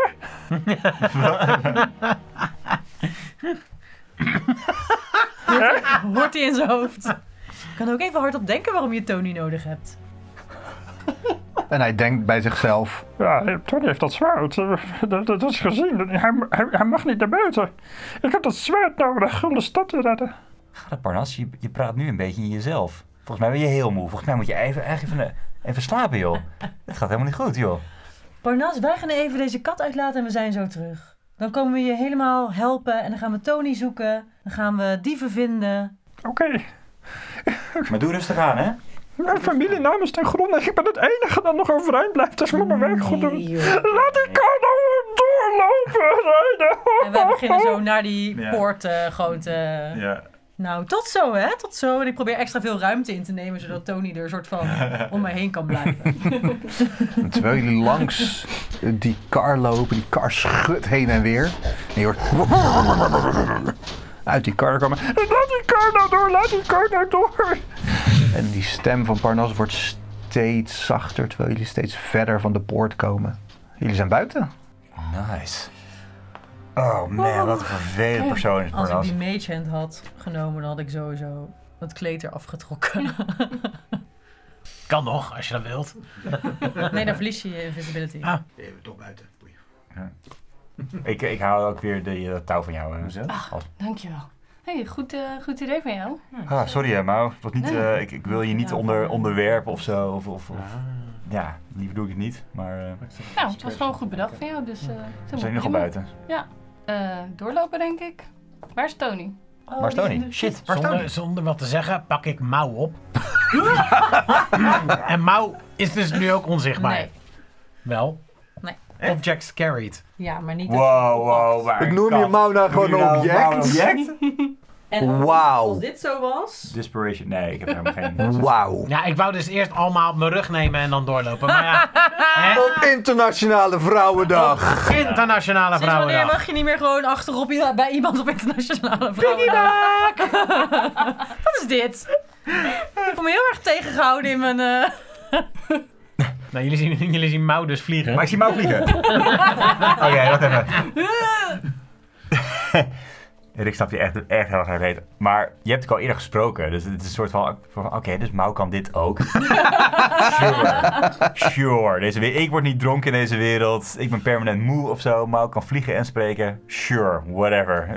Hoort hij in zijn hoofd. Je kan ook even hardop denken waarom je Tony nodig hebt. En hij denkt bij zichzelf. Ja, Tony heeft dat zwaard. eh, Dat, dat is gezien. Hij, hij, hij mag niet naar buiten. Ik heb dat zwaard nodig om de stad te redden. Gaat het, Parnas? Je, je praat nu een beetje in jezelf. Volgens mij ben je heel moe. Volgens mij moet je even, eigenlijk even, even slapen, joh. Het gaat helemaal niet goed, joh. Parnas, wij gaan even deze kat uitlaten en we zijn zo terug. Dan komen we je helemaal helpen en dan gaan we Tony zoeken. Dan gaan we dieven vinden. Oké. Okay. Maar doe rustig aan, hè? Mijn familienaam is ten gronde. Ik ben het enige dat nog overeind blijft. Dus ik moet mijn werk goed doen. Joh. Laat die kar nou doorlopen. Rijden. En wij beginnen zo naar die Ja. poort uh, gewoon te... Ja. Nou, tot zo hè, tot zo. En ik probeer extra veel ruimte in te nemen, zodat Tony er een soort van om mij heen kan blijven. En terwijl jullie langs die kar lopen, die kar schudt heen en weer. En je hoort... Uit die kar komen. Laat die kar nou door. Laat die kar nou door. En die stem van Parnas wordt steeds zachter, terwijl jullie steeds verder van de poort komen. Jullie zijn buiten. Nice. Oh man, wat een vervelend persoon is Als ik Parnas. die mage hand had genomen, dan had ik sowieso het kleed eraf getrokken. Kan nog, als je dat wilt. Nee, dan verlies je je invisibility. Ah. Je bent toch buiten. Ik, ik haal ook weer de uh, touw van jou. Uh, als... Dankjewel. Hey, goed, uh, goed idee van jou. Ah, sorry hè, Mau. Het was niet, Nee. uh, ik, ik wil je niet Ja, onder, van- onderwerpen of zo. Of, of, of. Ja, liever doe ik het niet. Maar uh, Nou, het was gewoon goed bedacht van jou, dus... Uh, we zijn nu nog al buiten. Uh, doorlopen, denk ik. Waar is Tony? Oh, Waar is Tony? Shit, waar is Tony? Zonder, zonder wat te zeggen, pak ik Mau op. En Mau is dus nu ook onzichtbaar. Nee. Wel. Nee. Objects carried. Ja, maar niet... Wow, wow, waar Ik noem je Mau nou gewoon een object. object? En als, Wauw. als dit zo was... Desperation. Nee, ik heb helemaal geen... Wauw. Ja, ik wou dus eerst allemaal op mijn rug nemen en dan doorlopen. Maar ja, hè? Op Internationale Vrouwendag. Internationale Sinds wanneer Vrouwendag. mag je niet meer gewoon achterop i- bij iemand op Internationale Vrouwendag? Wat is dit? Ik voel me heel erg tegengehouden in mijn... Uh... Nou, jullie zien, jullie zien Mau dus vliegen. Maar ik zie Mau vliegen. Oké, okay, wacht even. Rick snap je echt, echt heel erg weten. Maar je hebt het al eerder gesproken. Dus het is een soort van... van Oké, okay, dus Mau kan dit ook. Sure. Sure. Deze we- ik word niet dronken in deze wereld. Ik ben permanent moe of zo. Mau kan vliegen en spreken. Sure. Whatever.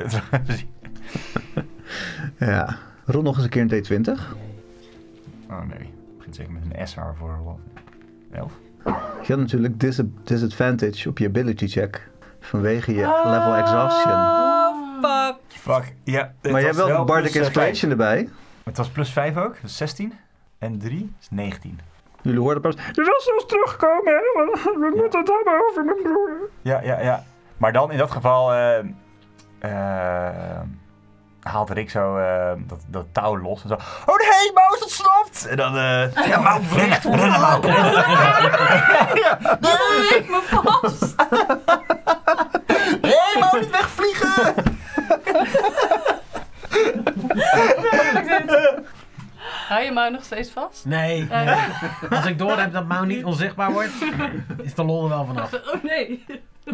Ja. Rol nog eens een keer een D twintig. Oh nee. Het begint zeker met een S waarvoor. elf. Je had natuurlijk dis- disadvantage op je ability check. Vanwege je level exhaustion. Oh, fuck. Fuck. Ja. Maar jij hebt wel Bardic plus, uh, Inspiration erbij. Het was plus vijf ook. Dus zestien. En drie is negentien. Jullie hoorden pas... Je wil zelfs terugkomen, hè? Want we moeten het hebben over mijn broer. Ja, ja, ja. Maar dan in dat geval eh eh haalt Rick zo eh dat, dat touw los en zo. Oh nee, Mau is ontsnapt! En dan eh ja, Mau vliegt. Rennen, Mau. Ja. Nee, me vast. Nee, Mau, niet wegvliegen! Hou je Mau nog steeds vast? Nee, Uh, nee. Als ik door heb dat Mau niet onzichtbaar wordt, is de lol er wel vanaf. oh nee.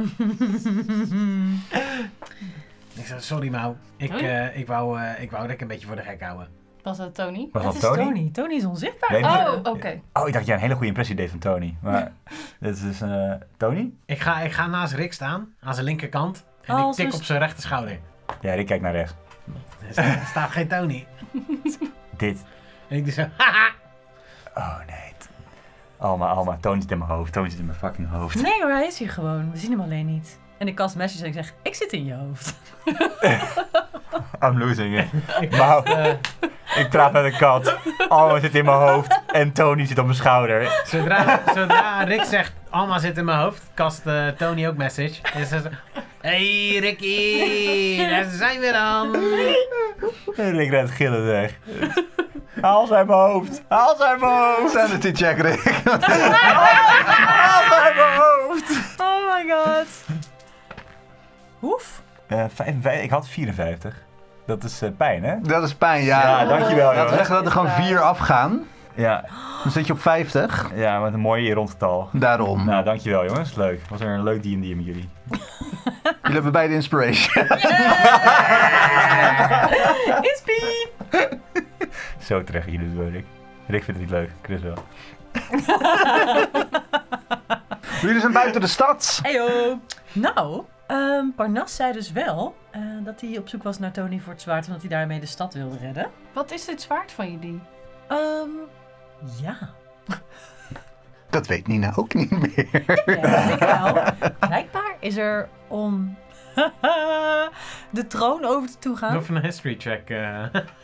Ik zeg, sorry Mau. Ik, Huh? uh, ik, wou, uh, ik wou dat ik een beetje voor de gek houden. Was dat Tony? Was Dat dat is Tony? Tony. Tony is onzichtbaar. Nee, Oh, oké. Okay. Oh, ik dacht dat jij een hele goede impressie deed van Tony. Maar dit is dus uh, Tony? Ik ga, ik ga naast Rick staan, aan zijn linkerkant. En Oh, ik tik zo op zijn rechter schouder. Ja, Rick kijkt naar rechts. Er staat, er staat geen Tony. Dit. En ik doe zo, haha. Oh nee. Alma, Alma. Tony zit in mijn hoofd. Tony zit in mijn fucking hoofd. Nee hoor, hij is hier gewoon. We zien hem alleen niet. En ik cast message en ik zeg, ik zit in je hoofd. I'm losing it. Mau, ik praat met een kat. Alma zit in mijn hoofd. En Tony zit op mijn schouder. Zodra, zodra Rick zegt, Alma zit in mijn hoofd, kast uh, Tony ook message. En ze zegt, hey Ricky, daar zijn we dan. En Rick rent gillend weg. Haal ze uit mijn hoofd. Haal ze uit mijn hoofd. Sanity check, Rick. Haal ze uit mijn hoofd. Oh my god. Hoef? Uh, vijfenvijftig, ik had vierenvijftig. Dat is uh, pijn, hè? Dat is pijn, ja. Ja, dankjewel, Laten we jongens. zeggen dat er gewoon vier afgaan. Ja, Dan zit je op vijftig. ja, met een mooi rondgetal. Daarom. Nou, dankjewel jongens. Leuk. Was er een leuk D en D met jullie. Jullie hebben beide inspiration. Inspie! Zo terecht jullie het doen, Rick. Rick vindt het niet leuk. Chris wel. Jullie zijn buiten de stad. Heyo. Nou, um, Parnas zei dus wel uh, dat hij op zoek was naar Tony voor het zwaard, omdat hij daarmee de stad wilde redden. Wat is dit zwaard van jullie? Um, ja. Dat weet Nina ook niet meer. Ja, ik wel. Blijkbaar is er om de troon over te toegaan Nog een history check. Uh.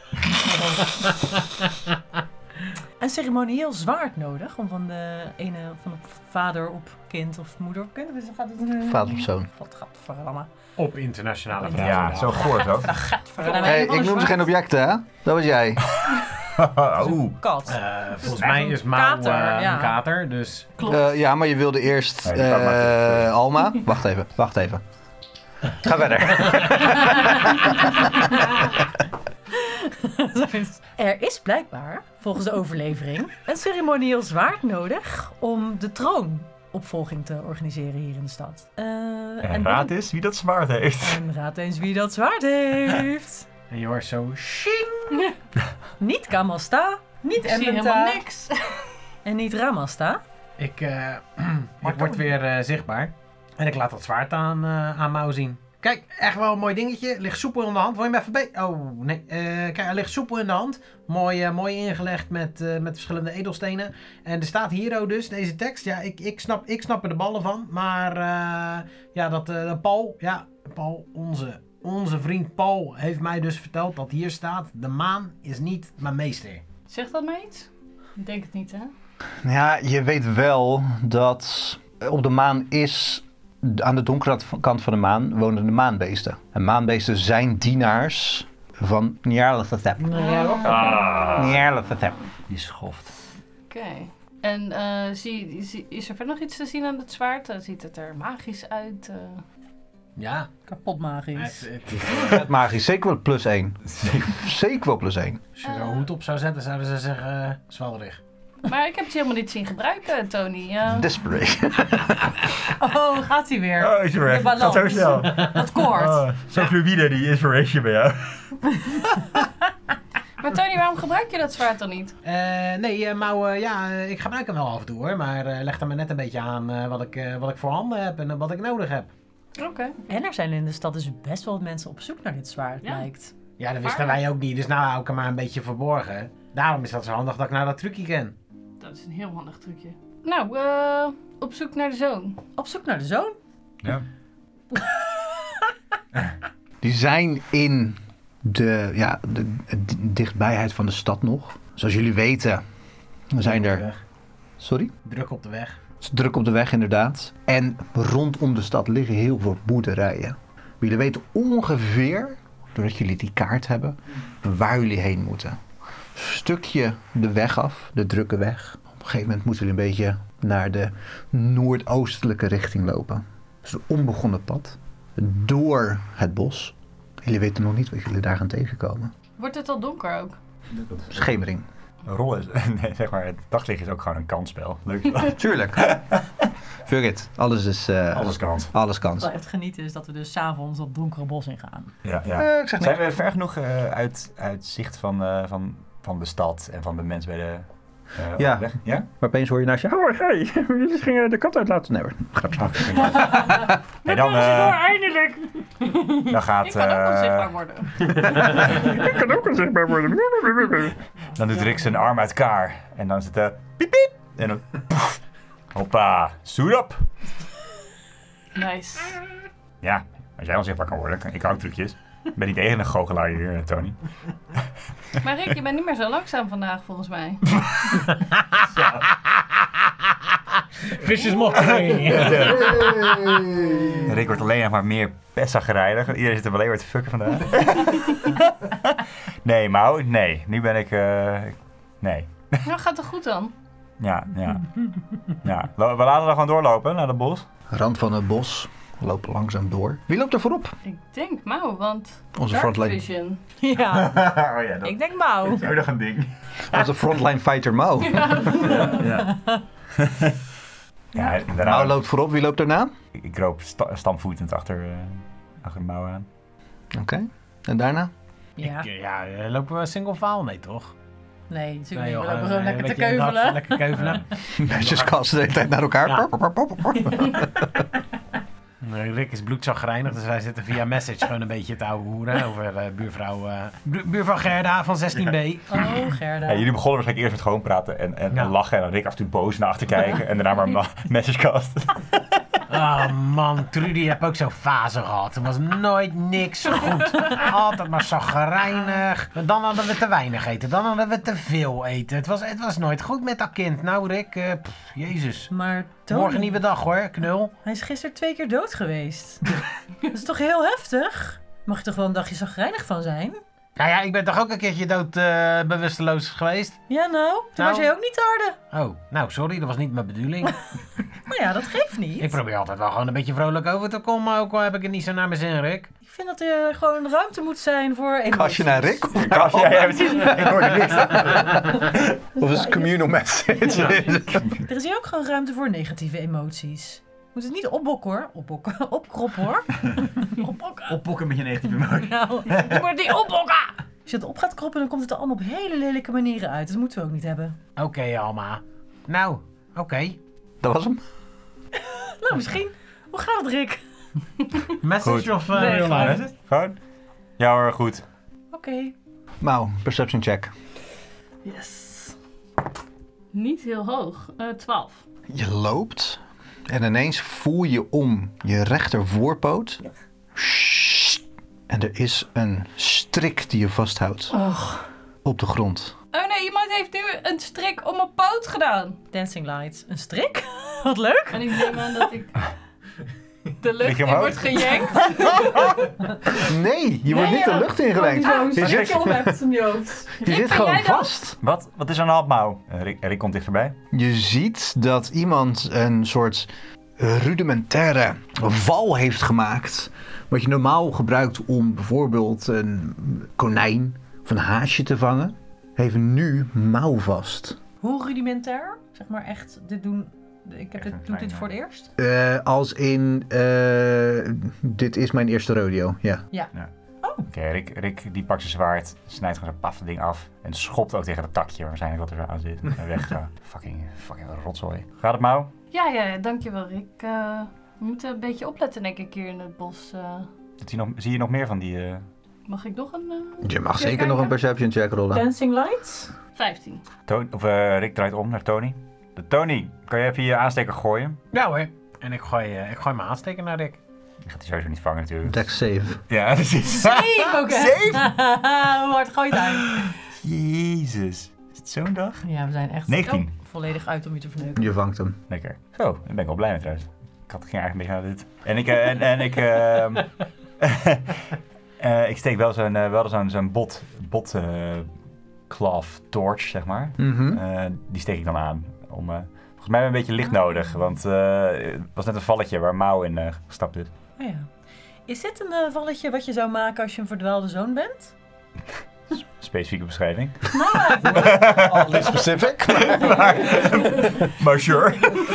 een ceremonieel zwaard nodig om van de ene van de vader op kind of moeder. Gaat het een Vader op zoon. Wat gaat voor allemaal? Op internationale Ja, vrouwen. Ja, zo goor zo. Hey, ik noem ze geen objecten, hè? Dat was jij. Oeh. Kat. Uh, volgens mij is Mauw kater, uh, ja. een kater, dus... Klopt. Uh, ja, maar je wilde eerst Nee, die kan maar uh, Alma. Wacht even, wacht even. Ga verder. Er is blijkbaar, volgens de overlevering, een ceremonieel zwaard nodig om de troonopvolging te organiseren hier in de stad. Uh, En raad eens wie dat zwaard heeft. En raad eens wie dat zwaard heeft. En je hoort zo... Shing! Niet Kamasta, niet Ik zie Emmenta helemaal niks. en niet Ramasta. Ik, uh, ik word weer uh, zichtbaar. En ik laat dat zwaard aan, uh, aan Mauw zien. Kijk, echt wel een mooi dingetje. Ligt soepel in de hand. Wil je hem even be... Oh, nee. Uh, kijk, hij ligt soepel in de hand. Mooi, uh, mooi ingelegd met, uh, met verschillende edelstenen. En er staat hier ook dus, deze tekst. Ja, ik, ik, snap, ik snap er de ballen van. Maar uh, ja, dat uh, Paul... Ja, Paul, onze, onze vriend Paul heeft mij dus verteld dat hier staat... De maan is niet mijn meester. Zegt dat mij iets? Ik denk het niet, hè? Ja, je weet wel dat op de maan is... Aan de donkere kant van de maan wonen de maanbeesten. En maanbeesten zijn dienaars van Nyarlathotep. Ah. Nyarlathotep. Die schoft. Oké. Okay. En uh, zie, zie, is er verder nog iets te zien aan het zwaard? Uh, ziet het er magisch uit? Uh... Ja. Kapot magisch. Vet magisch. Zeker wel plus één. Zeker wel plus één. Als je zo'n hoed op zou zetten, zouden ze zeggen... Uh, zwalrig. Maar ik heb het helemaal niet zien gebruiken, Tony. Uh... Desperation. Oh, gaat hij weer. Oh, inspiration. De balans. Gaat zo snel. Dat koord. Oh, zo fluïde die inspiration bij jou. Maar Tony, waarom gebruik je dat zwaard dan niet? Uh, nee, uh, Mauw, uh, ja, uh, ik gebruik hem wel af en toe hoor. Maar uh, leg er maar net een beetje aan uh, wat, ik, uh, wat ik voor handen heb en uh, wat ik nodig heb. Oké. Okay. En er zijn in de stad dus best wel wat mensen op zoek naar dit zwaard, Ja. lijkt. Ja, dat wisten wij ook niet. Dus nou hou ik hem maar een beetje verborgen. Daarom is dat zo handig dat ik nou dat trucje ken. Dat is een heel handig trucje. Nou, uh, op zoek naar de zoon. Op zoek naar de zoon? Ja. Die zijn in de, ja, de, de dichtbijheid van de stad nog. Zoals jullie weten zijn er... Sorry? Druk op de weg. Het is druk op de weg inderdaad. En rondom de stad liggen heel veel boerderijen. Jullie weten ongeveer, doordat jullie die kaart hebben, waar jullie heen moeten. Stukje de weg af, de drukke weg. Op een gegeven moment moeten jullie een beetje naar de noordoostelijke richting lopen. Het is een onbegonnen pad. Door het bos. Jullie weten nog niet wat jullie daar gaan tegenkomen. Wordt het al donker ook? Schemering. Rollen is, nee, zeg maar, het daglicht is ook gewoon een kansspel. Leuk. Tuurlijk. Fuck it. Alles is... Uh, Alles kans. Alles kans. Wat echt genieten is dat we dus 's avonds dat donkere bos ingaan. Ja, ja. Uh, ik zeg Zijn we ver genoeg uh, uit, uit zicht van, uh, van, van de stad en van de mensen bij de uh, Ja. weg? Ja. Maar opeens hoor je naast je... Oh, hey, jullie gingen de kat uitlaten. Nee hoor, grapje. Hey, dan, Daar is hij door, uh, eindelijk. dan gaat... Ik kan ook uh, onzichtbaar worden. Ik kan ook onzichtbaar worden. Dan doet Rick zijn arm uit elkaar. En dan zit het... Uh, piep piep. En dan... Poef. Hoppa. Suit up. Nice. Ja, als jij onzichtbaar kan worden. Kan, ik kan ook trucjes. Ik ben niet de enige goochelaar hier, Tony. Maar Rick, je bent niet meer zo langzaam vandaag, volgens mij. Vicious mockery. Rick wordt alleen nog maar meer pestzagerijdig. Iedereen zit er alleen maar te fucken vandaag. Nee, Mauw, nee. Nu ben ik... Uh, nee. Nou, gaat toch goed dan? Ja, ja. ja. We laten er gewoon doorlopen naar het bos. Rand van het bos. We lopen langzaam door. Wie loopt er voorop? Ik denk Mauw, want... Onze Dark frontline. Vision. Ja, Oh ja, dat ik denk Mauw. is ook nog een ding. Onze frontline fighter Mauw. Ja. Ja, Mauw daarna, loopt voorop. Wie loopt daarna? ik, ik kroop sta, stampvoetend achter, uh, achter de mouw aan. Oké. Okay. En daarna? Ja. Ik, ja, uh, lopen we single file mee, toch? Nee, natuurlijk Nee, niet. We joh, lopen uh, gewoon lekker te weet je, inderdaad, keuvelen. Lekker keuvelen. Meisjes kasten de hele tijd naar elkaar. Ja. Nee, Rick is bloedzagrijnig, dus wij zitten via message gewoon een beetje te ouwe hoeren over uh, buurvrouw, uh, bu buurvrouw Gerda van zestien B. Oh, Gerda. Ja, jullie begonnen waarschijnlijk eerst met gewoon praten en, en, Ja. en lachen. En dan Rick af en toe boos naar achter kijken. En daarna maar ma messagecast. Oh man, Trudy heb ook zo'n fase gehad. Er was nooit niks goed. Altijd maar chagrijnig. Dan hadden we te weinig eten, dan hadden we te veel eten. Het was, het was nooit goed met dat kind. Nou Rick, uh, pff, jezus. Maar Tony, Morgen nieuwe dag hoor, knul. hij is gisteren twee keer dood geweest. Dat is toch heel heftig? Mag je toch wel een dagje zagrijnig van zijn? Nou ja, ik ben toch ook een keertje dood uh, bewusteloos geweest? Ja nou, toen Nou. was jij ook niet te harde. Oh, nou sorry, dat was niet mijn bedoeling. Maar ja, dat geeft niet. Ik probeer altijd wel gewoon een beetje vrolijk over te komen, ook al heb ik het niet zo naar mijn zin, Rick. Ik vind dat er gewoon ruimte moet zijn voor emoties. Kastje naar Rick? Of, Kast, ja, ja, precies. Ik hoorde niks. of is het communal message? Er is hier ook gewoon ruimte voor negatieve emoties. Moet het niet opbokken hoor. Opbokken. Opkroppen hoor. Opbokken. Opbokken met je negatieve emotie. Nou, je moet het niet opbokken. Als je het op gaat kroppen, dan komt het er allemaal op hele lelijke manieren uit. Dat moeten we ook niet hebben. Oké, okay, Alma. Nou, oké. Okay. Dat was hem. Nou, misschien. Hoe gaat het, Rick? Message Goed. of uh, Nee, real gewoon. life? Gewoon? Ja hoor, goed. Oké. Okay. Mau, perception check. Yes. Niet heel hoog. Uh, twaalf. Je loopt en ineens voel je om je rechter voorpoot. Sssst. En er is een strik die je vasthoudt Och. op de grond. Oh nee, iemand heeft nu een strik om mijn poot gedaan. Dancing lights. Een strik? Wat leuk. En ik neem aan dat ik de lucht Lig je in omhoog? word gejankt. Nee, je wordt niet de lucht ingelenkt. Zo'n Je zit, strik om hebt in je hoofd. je zit ben gewoon jij dat? vast. Wat? Wat is aan de hand, Mau? Uh, Rick, Rick komt dichterbij. Je ziet dat iemand een soort rudimentaire val heeft gemaakt. Wat je normaal gebruikt om bijvoorbeeld een konijn of een haasje te vangen. Heeft nu mouw vast. Hoe rudimentair? Zeg maar echt, dit doen... Ik heb Echt dit, een doe dit kleine- voor het eerst? Uh, als in, uh, dit is mijn eerste rodeo, ja. Oké, okay, Rick, Rick die pakt zijn zwaard, snijdt gewoon zijn paf het ding af. En schopt ook tegen dat takje waarschijnlijk wat er zo aan zit. En weg zo. Fucking, fucking rotzooi. Gaat het, Mau? Ja, ja, ja, dankjewel Rick. Uh, we moeten een beetje opletten denk ik hier in het bos. Uh, Zie je nog, zie je nog meer van die... Uh... mag ik nog een... Uh, Je mag Ja, zeker kijk, nog een hè. perception check rollen. Dancing lights? vijftien. Ton- of, uh, Rick draait om naar Tony. De Tony, kan je even je aansteker gooien? Ja hoor. En ik gooi, uh, ik gooi mijn aansteker naar Rick. Die gaat hij sowieso niet vangen natuurlijk. Dex save. Ja, precies. Zeven ook, hè? Zeven? Hoe hard gooit hij? Jezus. Is het zo'n dag? Ja, we zijn echt negentien. volledig uit om je te verneuken. Je vangt hem. Lekker. Zo, daar ben ik wel blij mee trouwens. Ik had, ging eigenlijk een beetje naar dit. En ik, uh, en, en ik, uh, uh, ik steek wel zo'n, uh, wel zo'n, zo'n bot, bot uh, cloth torch, zeg maar. Mhm. Uh, die steek ik dan aan. Om, uh, volgens mij hebben we een beetje licht nodig, want uh, het was net een valletje waar Mau in uh, gestapt is. Oh ja. Is dit een uh, valletje wat je zou maken als je een verdwaalde zoon bent? Specifieke beschrijving. All specific. Maar sure.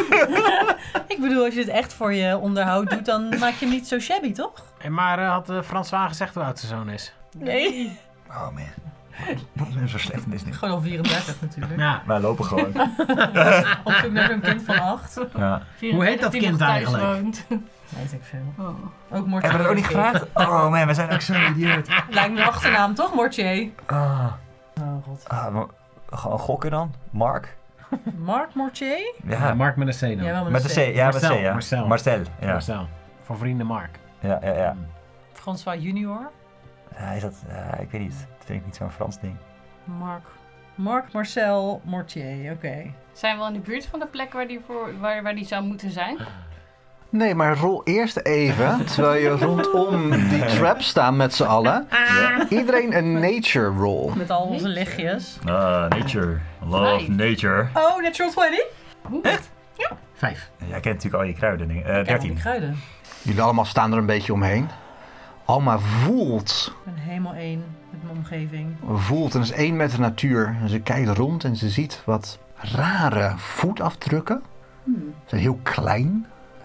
Ik bedoel, als je het echt voor je onderhoud doet, dan maak je hem niet zo shabby, toch? En maar uh, had uh, François gezegd hoe oud zijn zoon is? Nee. Oh man. Wat is zo slecht in dit nu? Gewoon al vierendertig natuurlijk. Ja. Wij lopen gewoon. Op zoek naar zo'n kind van acht. Ja. Hoe heet dat die kind nog thuis eigenlijk? woont. Weet ik veel. Oh. Ook Mortier. Hebben we dat ook niet gevraagd? Oh man, we zijn ook zo idioot. Lijkt me een achternaam, toch, Mortier? Ah. Oh god. Ah, maar- gewoon gokken dan? Mark? Mark Mortier? Ja, Mark met een C dan. Ja, wel met de C. Ja, met de C, ja. Marcel. Marcel. Ja, Marcel. Voor vrienden Mark. ja, ja. ja. François Junior? Ja, is dat, ja, ik weet niet. Dat vind ik niet zo'n Frans ding. Mark. Mark Marcel Mortier, oké. Okay. Zijn we al in de buurt van de plek waar die, voor, waar, waar die zou moeten zijn? Nee, maar rol eerst even, terwijl je rondom die trap staan met z'n allen. Iedereen een nature roll. Met al onze lichtjes. Ah, nature. Love nature. Oh, natural twintig? Echt? Vijf. Ja, jij kent natuurlijk al je kruiden. Uh, Kijk, die dertien. kruiden. Jullie allemaal staan er een beetje omheen. Alma voelt, Ik ben helemaal één met mijn omgeving. voelt en is één met de natuur. En ze kijkt rond en ze ziet wat rare voetafdrukken. Ze zijn heel klein.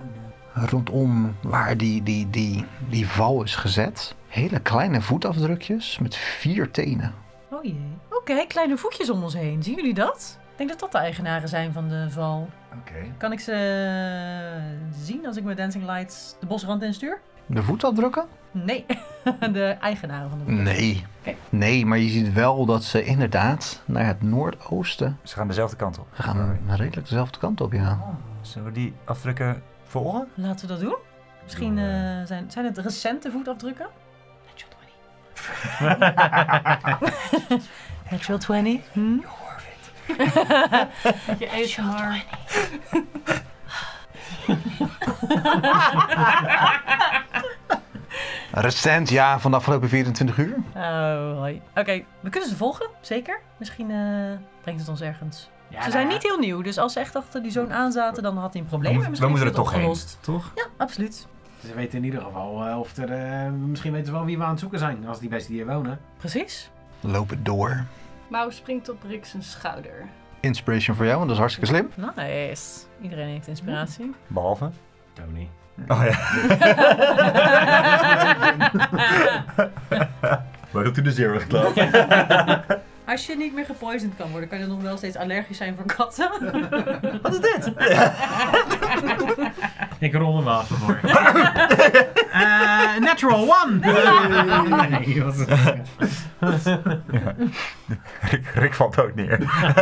Rondom waar die, die, die, die val is gezet. Hele kleine voetafdrukjes met vier tenen. Oh jee. Oké, kleine voetjes om ons heen. Zien jullie dat? Ik denk dat dat de eigenaren zijn van de val. Oké. Kan ik ze zien als ik met Dancing Lights de bosrand instuur? De voetafdrukken? Nee, de eigenaren van de val. Nee. Oké. Nee, maar je ziet wel dat ze inderdaad naar het noordoosten... Ze gaan dezelfde kant op. Ze gaan redelijk dezelfde kant op, ja. Zullen we die afdrukken volgen? Laten we dat doen. Misschien uh, zijn, zijn het recente voetafdrukken? Natural twintig. Hm? Je A S M R. Recent, ja, van de afgelopen vierentwintig uur. Oh, hoi. Oké, okay, we kunnen ze volgen, zeker. Misschien uh, brengt het ons ergens. Ja, ze zijn nou, niet heel nieuw, dus als ze echt achter die zoon aanzaten, dan had hij een probleem. We, we moeten er toch heen, toch? Ja, absoluut. Ze weten in ieder geval uh, of er... Uh, misschien weten ze wel wie we aan het zoeken zijn, als die beesten hier wonen. Precies. Lopen door. Mau springt op Rick zijn schouder. Inspiration voor jou, want dat is hartstikke slim. Nice. Iedereen heeft inspiratie. Behalve? Tony. Oh ja. Waar hebt u de zero geklapt? Als je niet meer gepoisoned kan worden, kan je nog wel steeds allergisch zijn voor katten. Wat is dit? Ik rol hem af voor. uh, natural one! Nee, wat is het? Rick, Rick valt ook neer.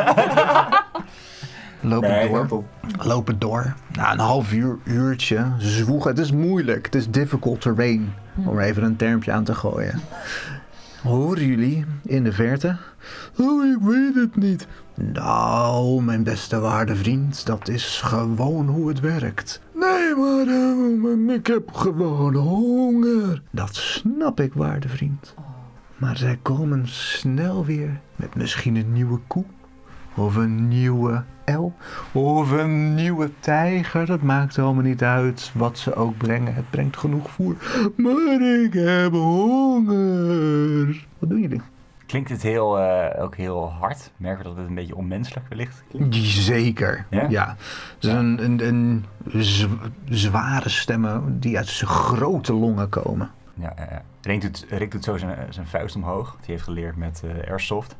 Lopen Nee, door. Lopen door. Na een half uur, uurtje, zwoegen. Het is moeilijk. Het is difficult terrain. Om er even een termpje aan te gooien. Horen jullie in de verte? Oh, ik weet het niet. Nou, mijn beste waarde vriend, dat is gewoon hoe het werkt. Nee, maar uh, ik heb gewoon honger. Dat snap ik, waarde vriend. Maar zij komen snel weer met misschien een nieuwe koe. Of een nieuwe el. Of een nieuwe tijger. Dat maakt helemaal niet uit wat ze ook brengen. Het brengt genoeg voer. Maar ik heb honger. Wat doen jullie? Klinkt het heel, uh, ook heel hard? Merken we dat het een beetje onmenselijk wellicht klinkt? Zeker, ja. ja. Het is ja. een, een, een z- zware stemmen die uit zijn grote longen komen. Ja, uh, Rick, doet, Rick doet zo zijn, zijn vuist omhoog. Die heeft geleerd met uh, Airsoft.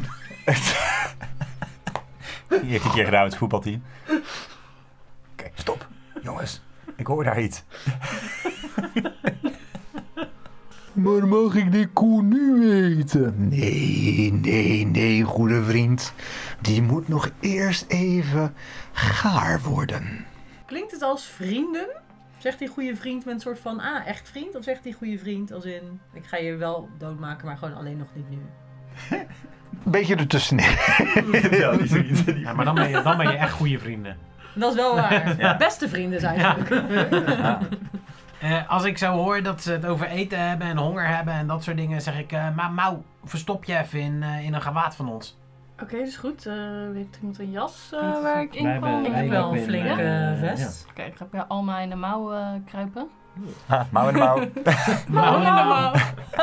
Die heeft een keer gedaan met het voetbalteam. Oké, okay, stop. Jongens, ik hoor daar iets. Maar mag ik die koe nu eten? Nee, nee, nee, goede vriend. Die moet nog eerst even gaar worden. Klinkt het als vrienden? Zegt die goede vriend met een soort van, ah, echt vriend? Of zegt die goede vriend als in, ik ga je wel doodmaken, maar gewoon alleen nog niet nu? Beetje ertussenin. Ja, die zoiets. Ja, maar dan ben, je, dan ben je echt goede vrienden. Dat is wel waar. Ja. Beste vrienden zijn ja. Ja. Uh, als ik zo hoor dat ze het over eten hebben en honger hebben en dat soort dingen, zeg ik, uh, maar Mau, verstop je even in, uh, in een gewaad van ons. Oké, okay, dat is goed. Uh, heeft iemand een jas uh, waar ik in wij kan? Hebben, ik heb wel een flinke uh, vest. Oké, okay, ik ga bij Alma in de mouw uh, kruipen. Ha, mouw in de mouw. Mouw in de mouw.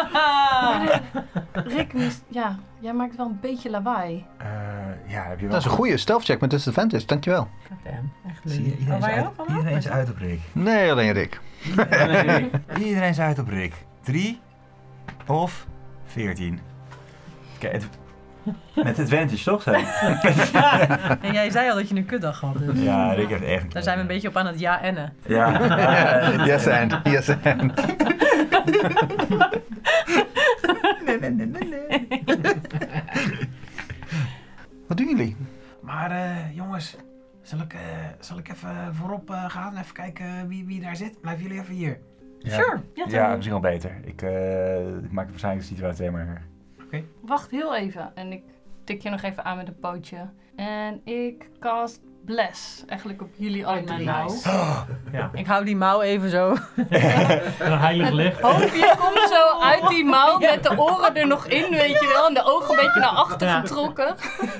Rick, ja, jij maakt wel een beetje lawaai. Uh, ja, heb je wel. Dat is een goede stealth check met disadvantage, dankjewel. Goddamn, echt leuk. Iedereen, oh, uit, iedereen is uit op Rick. Nee, alleen Rick. Nee, iedereen is uit op Rick. Drie of veertien. Kijk, het, met advantage toch? Zijn? En jij zei al dat je een kutdag had. Dus. Ja, Rick heeft echt. Daar zijn we een beetje op aan het ja-ennen. Ja. Ja. Yes and. Yes and. Nee, nee, nee, nee, nee. Wat doen jullie? Maar uh, jongens, zal ik, uh, zal ik even voorop uh, gaan? Even kijken wie, wie daar zit? Blijven jullie even hier? Ja. Sure. Ja, ja, misschien wel beter. Ik, uh, ik maak waarschijnlijk de situatie helemaal erger. Oké. Okay. Wacht heel even. En ik tik je nog even aan met een pootje. En ik cast Bless. Eigenlijk op jullie allemaal. Nice. Oh, ja. Ik hou die mouw even zo. Een heilig licht. Hoofdje komt zo uit die mouw met de oren er nog in, weet je wel. En de ogen een beetje naar achter ja. getrokken.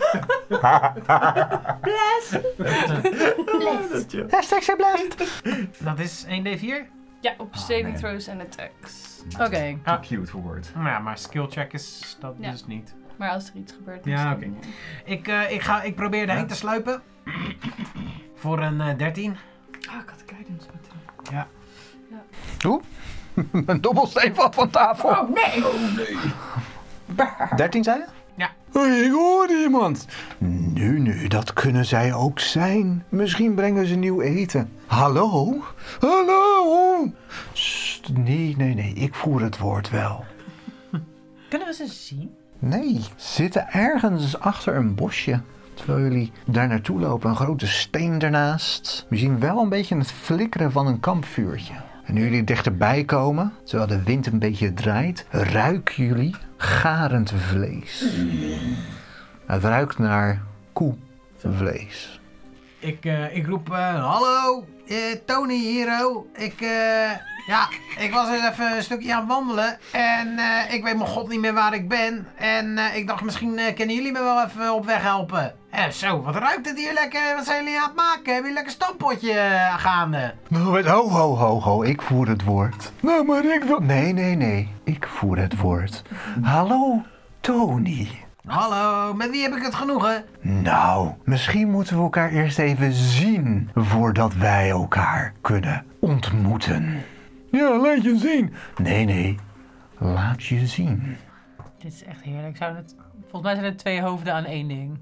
Bless. Bless. Hashtag say blessed. Dat is één D vier? Ja, op oh, saving man. throws en attacks. Oké. Okay. Ah, cute voor woord. Ja, maar skill check is dat ja. dus niet. Maar als er iets gebeurt... Ja, oké. Okay. Ik, uh, ik, ik probeer erheen ja. te sluipen. Voor een uh, dertien. Ah, oh, ik had guidance moeten doen. Ja. ja. Oeh, een dobbelsteen valt van tafel. Oh nee! Oh nee. dertien zei je? Ja. Hey, ik hoor iemand. Nu, nu, dat kunnen zij ook zijn. Misschien brengen ze nieuw eten. Hallo? Hallo? Sst, nee, nee, nee, ik voer het woord wel. Kunnen we ze zien? Nee, zitten ergens achter een bosje. Terwijl jullie daar naartoe lopen, een grote steen ernaast. We zien wel een beetje het flikkeren van een kampvuurtje. En nu jullie dichterbij komen, terwijl de wind een beetje draait, ruiken jullie garend vlees. Het ruikt naar koevlees. Ik, uh, ik roep, uh, hallo, uh, Tony hier, oh. Ik, uh, ja, ik was eens even een stukje aan het wandelen en uh, ik weet mijn god niet meer waar ik ben. En uh, ik dacht, misschien uh, kunnen jullie me wel even op weg helpen. En zo, wat ruikt het hier lekker? Wat zijn jullie aan het maken? Hebben jullie lekker stampotje uh, gaande? Nou, ho, ho, ho, ho, ik voer het woord. Nou, maar ik wil... Nee, nee, nee, ik voer het woord. Hallo, Tony. Hallo, met wie heb ik het genoegen? Nou, misschien moeten we elkaar eerst even zien voordat wij elkaar kunnen ontmoeten. Ja, laat je zien. Nee, nee, laat je zien. Dit is echt heerlijk. Zou het... Volgens mij zijn er twee hoofden aan één ding.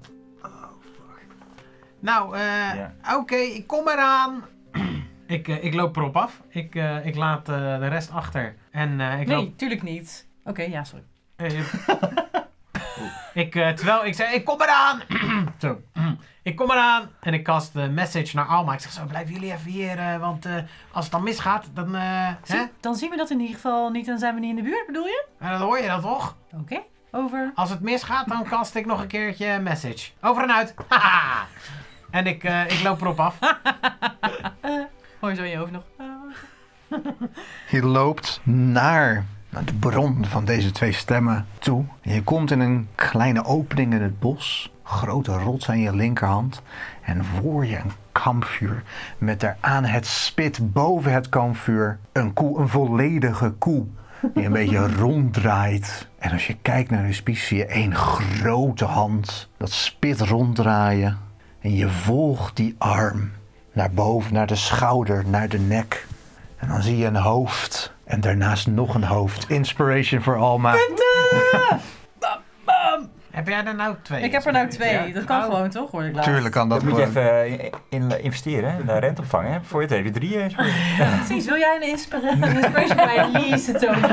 Nou, eh, Ja. oké, okay, ik kom eraan. ik, uh, ik loop erop af. Ik, uh, ik laat uh, de rest achter. En uh, ik Nee, loop... tuurlijk niet. Oké, okay, ja, sorry. Uh, ik, uh, terwijl ik zei, ik kom eraan. Zo. Ik kom eraan en ik kast de message naar Alma. Ik zeg zo, blijven jullie even hier, uh, want uh, als het dan misgaat, dan... Uh, Zie, hè? dan zien we dat in ieder geval niet, dan zijn we niet in de buurt, bedoel je? En dan hoor je dat toch? Oké, okay, over. Als het misgaat, dan kast ik nog een keertje een message. Over en uit. Haha. En ik, uh, ik loop erop af. uh, hoor je zo in je hoofd nog. Je loopt naar de bron van deze twee stemmen toe. En je komt in een kleine opening in het bos. Grote rots aan je linkerhand. En voor je een kampvuur. Met daaraan het spit boven het kampvuur. Een koe, een volledige koe. Die een beetje ronddraait. En als je kijkt naar de spies zie je één grote hand. Dat spit ronddraaien. En je volgt die arm. Naar boven, naar de schouder, naar de nek. En dan zie je een hoofd. En daarnaast nog een hoofd. Inspiration voor Alma. Bam, bam. Heb jij er nou twee? Ik heb er nou twee. Ja. Dat kan Oh. gewoon, toch? Hoor ik laatst. Tuurlijk kan dat Dat moet je gewoon. even in, in investeren, hè? In de renteopvang, hè? Voor je het heb je drie. eh, Ja, precies. Wil jij een inspira- een inspiration bij Lise, Tony?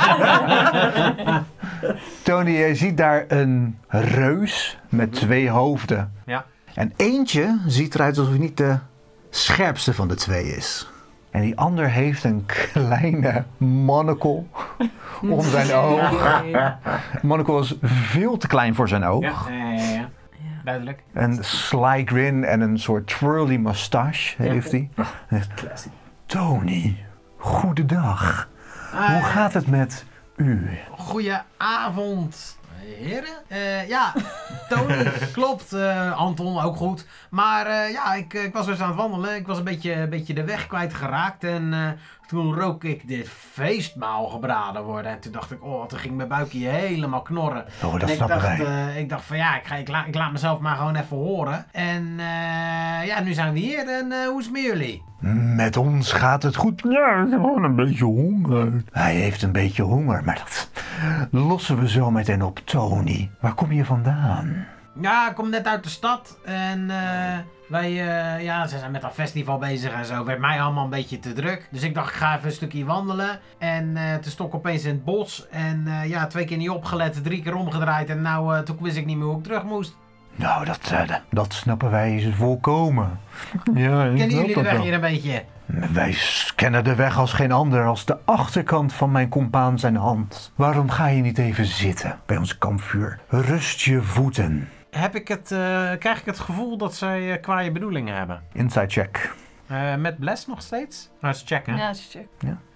Tony, je ziet daar een reus met twee hoofden. Ja. En eentje ziet eruit alsof hij niet de scherpste van de twee is. En die ander heeft een kleine monocle om zijn oog. Monocle is veel te klein voor zijn oog. Ja, ja, ja, ja. Duidelijk. Een sly grin en een soort twirly mustache heeft hij. Classic. Tony, goedendag. Hoe gaat het met u? Goedenavond, heren. Uh, ja, Tony, klopt. Uh, Anton, ook goed. Maar uh, ja, ik, ik was dus aan het wandelen. Ik was een beetje, een beetje de weg kwijtgeraakt. En uh, toen rook ik dit feestmaal gebraden worden. En toen dacht ik, oh, toen ging mijn buikje helemaal knorren. Oh, dat en ik snappen dacht, wij. uh, ik dacht van ja, ik, ga, ik, la, ik laat mezelf maar gewoon even horen. En uh, ja, nu zijn we hier. En uh, hoe is het met jullie? Met ons gaat het goed. Ja, ik heb gewoon een beetje honger. Hij heeft een beetje honger, maar dat lossen we zo meteen op. Tony, waar kom je vandaan? Ja, ik kom net uit de stad en uh, wij, uh, ja, ze zijn met dat festival bezig en zo. Werd mij allemaal een beetje te druk. Dus ik dacht, ik ga even een stukje wandelen. En uh, toen stok ik opeens in het bos. En uh, ja, twee keer niet opgelet, drie keer omgedraaid. En nou, uh, toen wist ik niet meer hoe ik terug moest. Nou, dat, uh, dat snappen wij volkomen. Ja, ik Kennen snap jullie de dat weg wel. hier een beetje? Wij kennen de weg als geen ander, als de achterkant van mijn compaan zijn hand. Waarom ga je niet even zitten bij ons kampvuur? Rust je voeten. Heb ik het, uh, krijg ik het gevoel dat zij uh, kwaaie bedoelingen hebben? Inside check. Uh, met Bless nog steeds? Nou, dat is checken. Ja, is check.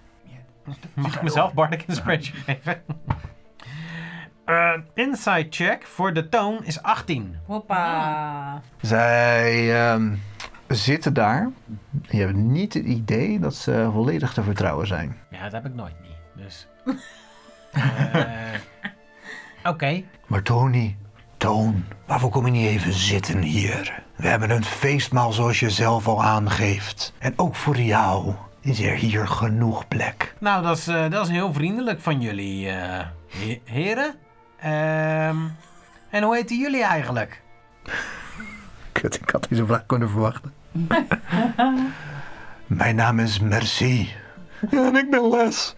Mag ik mezelf Bardic Inspiration geven? Uh, inside check voor de toon is achttien. Hoppa. Zij uh, zitten daar. Je hebt niet het idee dat ze volledig te vertrouwen zijn. Ja, dat heb ik nooit niet. Dus. uh, Oké. Okay. Maar Tony, Toon, waarvoor kom je niet even zitten hier? We hebben een feestmaal zoals je zelf al aangeeft. En ook voor jou is er hier genoeg plek. Nou, dat is, uh, dat is heel vriendelijk van jullie, uh, he- heren. Um, en hoe heten jullie eigenlijk? Kut, ik had deze vraag kunnen verwachten. Mijn naam is Merci. En ik ben Les.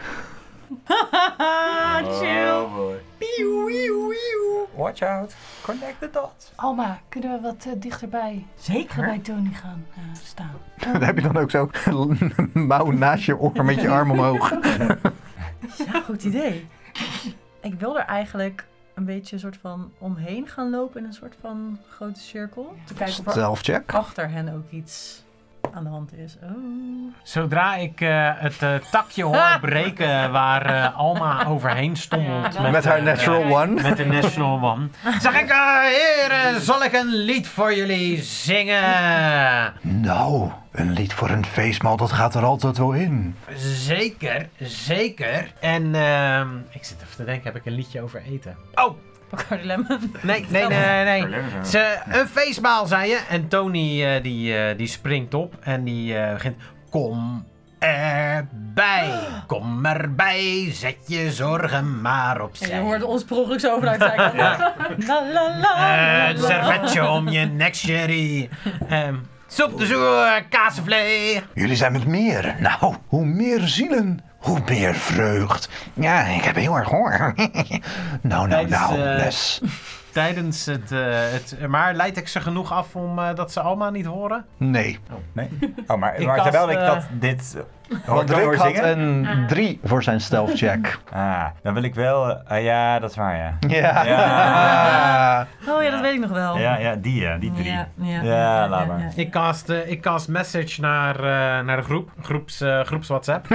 Chill. Pieuw, pieuw, pieuw. Watch out. Connect the dots. Alma, kunnen we wat uh, dichterbij Zeker. bij Tony gaan uh, staan? Dan heb je dan ook zo mouw naast je oor met je arm omhoog. Ja, goed idee. Ik wil er eigenlijk een beetje een soort van omheen gaan lopen in een soort van grote cirkel. Te kijken of er Self-check. achter hen ook iets aan de hand is. Oh. Zodra ik uh, het uh, takje hoor breken waar uh, Alma overheen stommelt. Ja, met, Met haar uh, natural one. Met de National One. Zeg ik, uh, heren, zal ik een lied voor jullie zingen? Nou, een lied voor een feestmaal, dat gaat er altijd wel in. Zeker, zeker. En uh, ik zit even te denken, heb ik een liedje over eten? Oh! Bacardi Lemon. Nee, nee, nee, nee. nee. Ze, een feestmaal, zei je. En Tony uh, die, uh, die springt op en die uh, begint... Kom erbij, kom erbij, zet je zorgen maar opzij. En je hoort ons per ongeluk zo over uit kijken. La la la. Het servetje om je nek, sherry. Um, soep de zoer, kaasvlee. Jullie zijn met meer. Nou, hoe meer zielen, hoe meer vreugd. Ja, ik heb heel erg honger. nou, nou, Tijdens, nou, uh, Les. Tijdens het, uh, het... Maar leid ik ze genoeg af om uh, dat ze allemaal niet horen? Nee. Nee? Oh, maar, Ik maar kast, terwijl ik uh, dat dit... Want Hoor ik Rick hoor had zingen? een drie voor zijn stealth check. Ah, dan wil ik wel... Uh, ja, dat is waar, ja. Ja. Ja. Oh ja, dat weet ik nog wel. Ja, ja, die, ja, die drie. Ja, ja, Ja, ja, laat ja, maar. ja. Ik cast, uh, ik cast message naar, uh, naar de groep. Groeps, uh, groeps WhatsApp.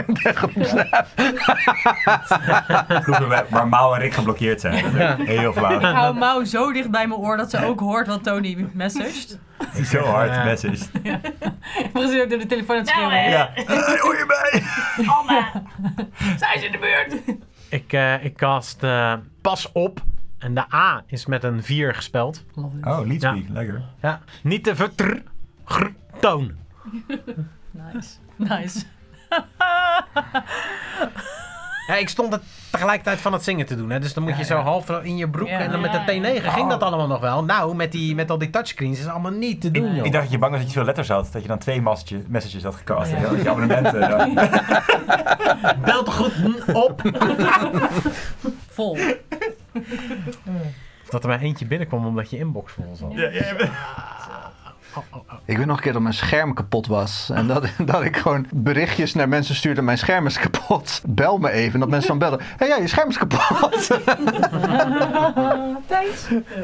Groepen waar- waar Mao en Rick geblokkeerd zijn. Ja. Heel flauw. Ik hou Mouw zo dicht bij mijn oor dat ze ook hoort wat Tony messaged. Zo hard, Ja. message. Precies ook door de telefoon aan het schreeuwen. Nou, hè. Ja. Uh, hoor je mij? Alma, zij is in de buurt. Ik, uh, ik cast uh, pas op. En de A is met een vier gespeld. Love it. Oh, leadspeak, lekker. Ja. Niet te vertr... gr... toon. Nice. Nice. Ja, ik stond het tegelijkertijd van het zingen te doen. Hè? Dus dan moet je zo half in je broek. Ja. En dan met Ja, de T negen ja. ging dat allemaal nog wel. Nou, met, die, met al die touchscreens is het allemaal niet te doen, Ik, joh. ik dacht dat je bang was dat je veel letters had. Dat je dan twee messages, messages had gecast. Ja. Ja. Dat je abonnementen... dan- Bel toch goed hm, op. Vol. Dat er maar eentje binnenkwam omdat je inbox vol zat. Ja, ja, ja. Oh, oh, oh. Ik weet nog een keer dat mijn scherm kapot was. En dat, dat ik gewoon berichtjes naar mensen stuurde. Mijn scherm is kapot. Bel me even. En dat mensen dan belden. Hé, hey, ja, je scherm is kapot. Thanks.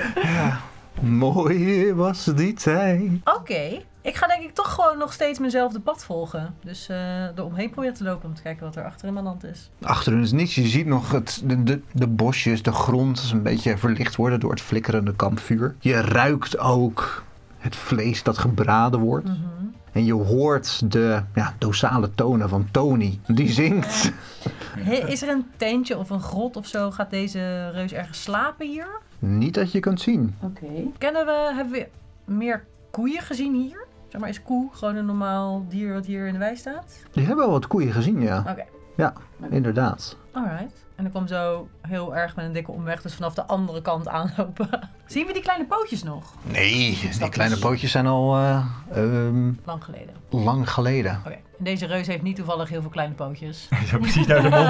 Mooi was die tijd. Oké. Ik ga denk ik toch gewoon nog steeds mezelfde pad volgen. Dus uh, er omheen proberen te lopen om te kijken wat er achter in mijn hand is. Achter hun is niets. Je ziet nog het, de, de, de bosjes, de grond is een beetje verlicht worden door het flikkerende kampvuur. Je ruikt ook het vlees dat gebraden wordt. Mm-hmm. En je hoort de ja, dosale tonen van Tony. Die zingt. He, is er een tentje of een grot of zo? Gaat deze reus ergens slapen hier? Niet dat je kunt zien. Oké. Kennen we, hebben we meer koeien gezien hier? Zeg maar, is koe gewoon een normaal dier wat hier in de wei staat? Je hebt wel wat koeien gezien, ja. Oké. Ja, inderdaad. Alright. En dan kwam zo heel erg met een dikke omweg, dus vanaf de andere kant aanlopen. Zien we die kleine pootjes nog? Nee, die dat kleine is- pootjes zijn al uh, um, Lang geleden. lang geleden. Oké. En deze reus heeft niet toevallig heel veel kleine pootjes. Zo precies naar de mond.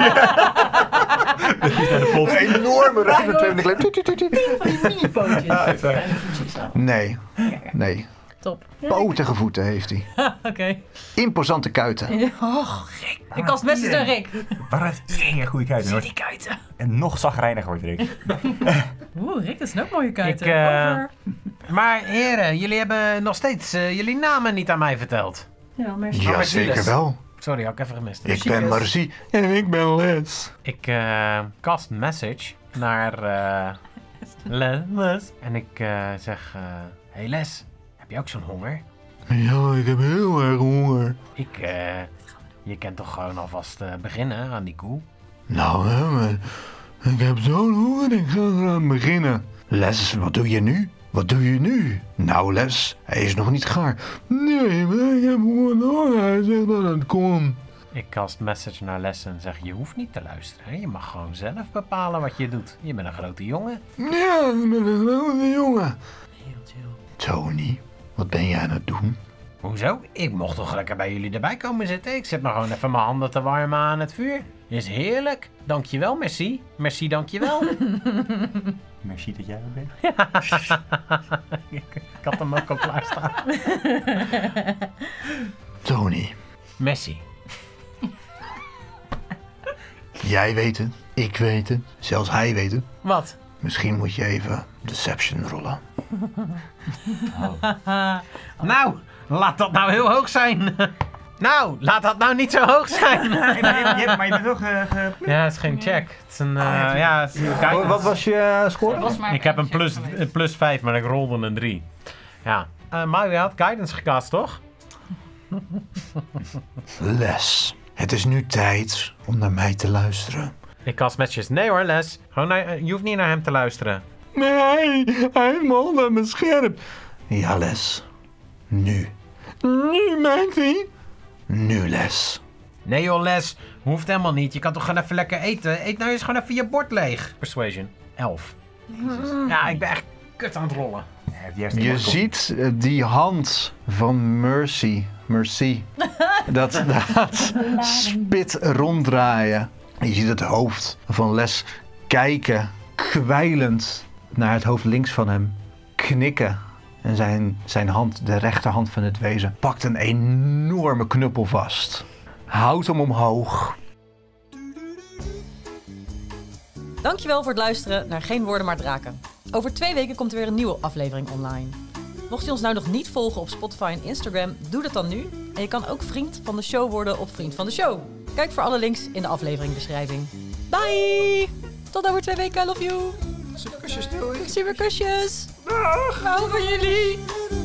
Precies naar de pot. Een enorme reus met twee kleine... Mini pootjes. Ja, exact. Kleine voetjes dan. Nee, nee. Top. Potige voeten heeft hij. Oké. Imposante kuiten. Oh, Rick. Ik kast best eens naar Rick. Waar heeft iedereen een goede kuiten? Zie Wordt- die kuiten. En nog zagrijniger wordt Rick. Oeh, Rick, dat zijn ook mooie kuiten. Ik, eh, Over. Maar heren, jullie hebben nog steeds uh, jullie namen niet aan mij verteld. Ja, maar Ja, zeker wel. Sorry, had ik even gemist. Ik ben Marcy en ik ben Les. Ik uh, cast message naar uh, Les. En ik uh, zeg, uh, hey Les, heb je ook zo'n honger? Ja, ik heb heel erg honger. Ik, uh, je kan toch gewoon alvast uh, beginnen aan die koe? Nou, hè, maar ik heb zo'n honger, ik ga eraan beginnen. Les, wat doe je nu? Wat doe je nu? Nou, Les, hij is nog niet gaar. Nee, maar ik heb gewoon honger. Hij zegt dat het komt. Ik cast message naar Les en zeg, je hoeft niet te luisteren. Hè? Je mag gewoon zelf bepalen wat je doet. Je bent een grote jongen. Ja, ik ben een grote jongen. heel chill. Tony, wat ben jij aan het doen? Hoezo? Ik mocht toch lekker bij jullie erbij komen zitten? Ik zet maar gewoon even mijn handen te warmen aan het vuur. Is heerlijk. Dankjewel, merci. Merci, dankjewel. Merci dat jij er bent. ik, ik had hem ook al klaarstaan. Tony, Messi. jij weet het, ik weet het, zelfs hij weet het. Wat? Misschien moet je even Deception rollen. Nou, laat dat nou heel hoog zijn. Nou, laat dat nou niet zo hoog zijn. maar, je, je, maar je bent wel ge, ge... Ja, het is geen check. Het is een, uh, ja, ja, het is een guidance. Wat was je uh, score? Dat was maar Ik heb een check plus, geweest. een plus vijf, maar ik rolde een drie. Ja. Uh, maar je had guidance gecast, toch? Les, het is nu tijd om naar mij te luisteren. Ik cast matches. Nee hoor, Les. Gewoon naar, je hoeft niet naar hem te luisteren. Nee, hij heeft me onder mijn scherp. Ja, Les. Nu. Nu, Maxie. Nu, Les. Nee joh, Les. Hoeft helemaal niet. Je kan toch gewoon even lekker eten. Eet nou eens gewoon even je bord leeg. Persuasion. elf. Ja, ik ben echt kut aan het rollen. Je ziet uh, die hand van Mercy. Mercy. dat, dat spit ronddraaien. Je ziet het hoofd van Les kijken, kwijlend naar het hoofd links van hem. Knikken. En zijn, zijn hand, de rechterhand van het wezen, pakt een enorme knuppel vast. Houdt hem omhoog. Dankjewel voor het luisteren naar Geen Woorden Maar Draken. Over twee weken komt er weer een nieuwe aflevering online. Mocht je ons nou nog niet volgen op Spotify en Instagram, doe dat dan nu. En je kan ook vriend van de show worden op Vriend van de Show. Kijk voor alle links in de afleveringbeschrijving. Bye! Tot over twee weken, I love you! Super kusjes, doei! Super kusjes! Dag! We houden van jullie!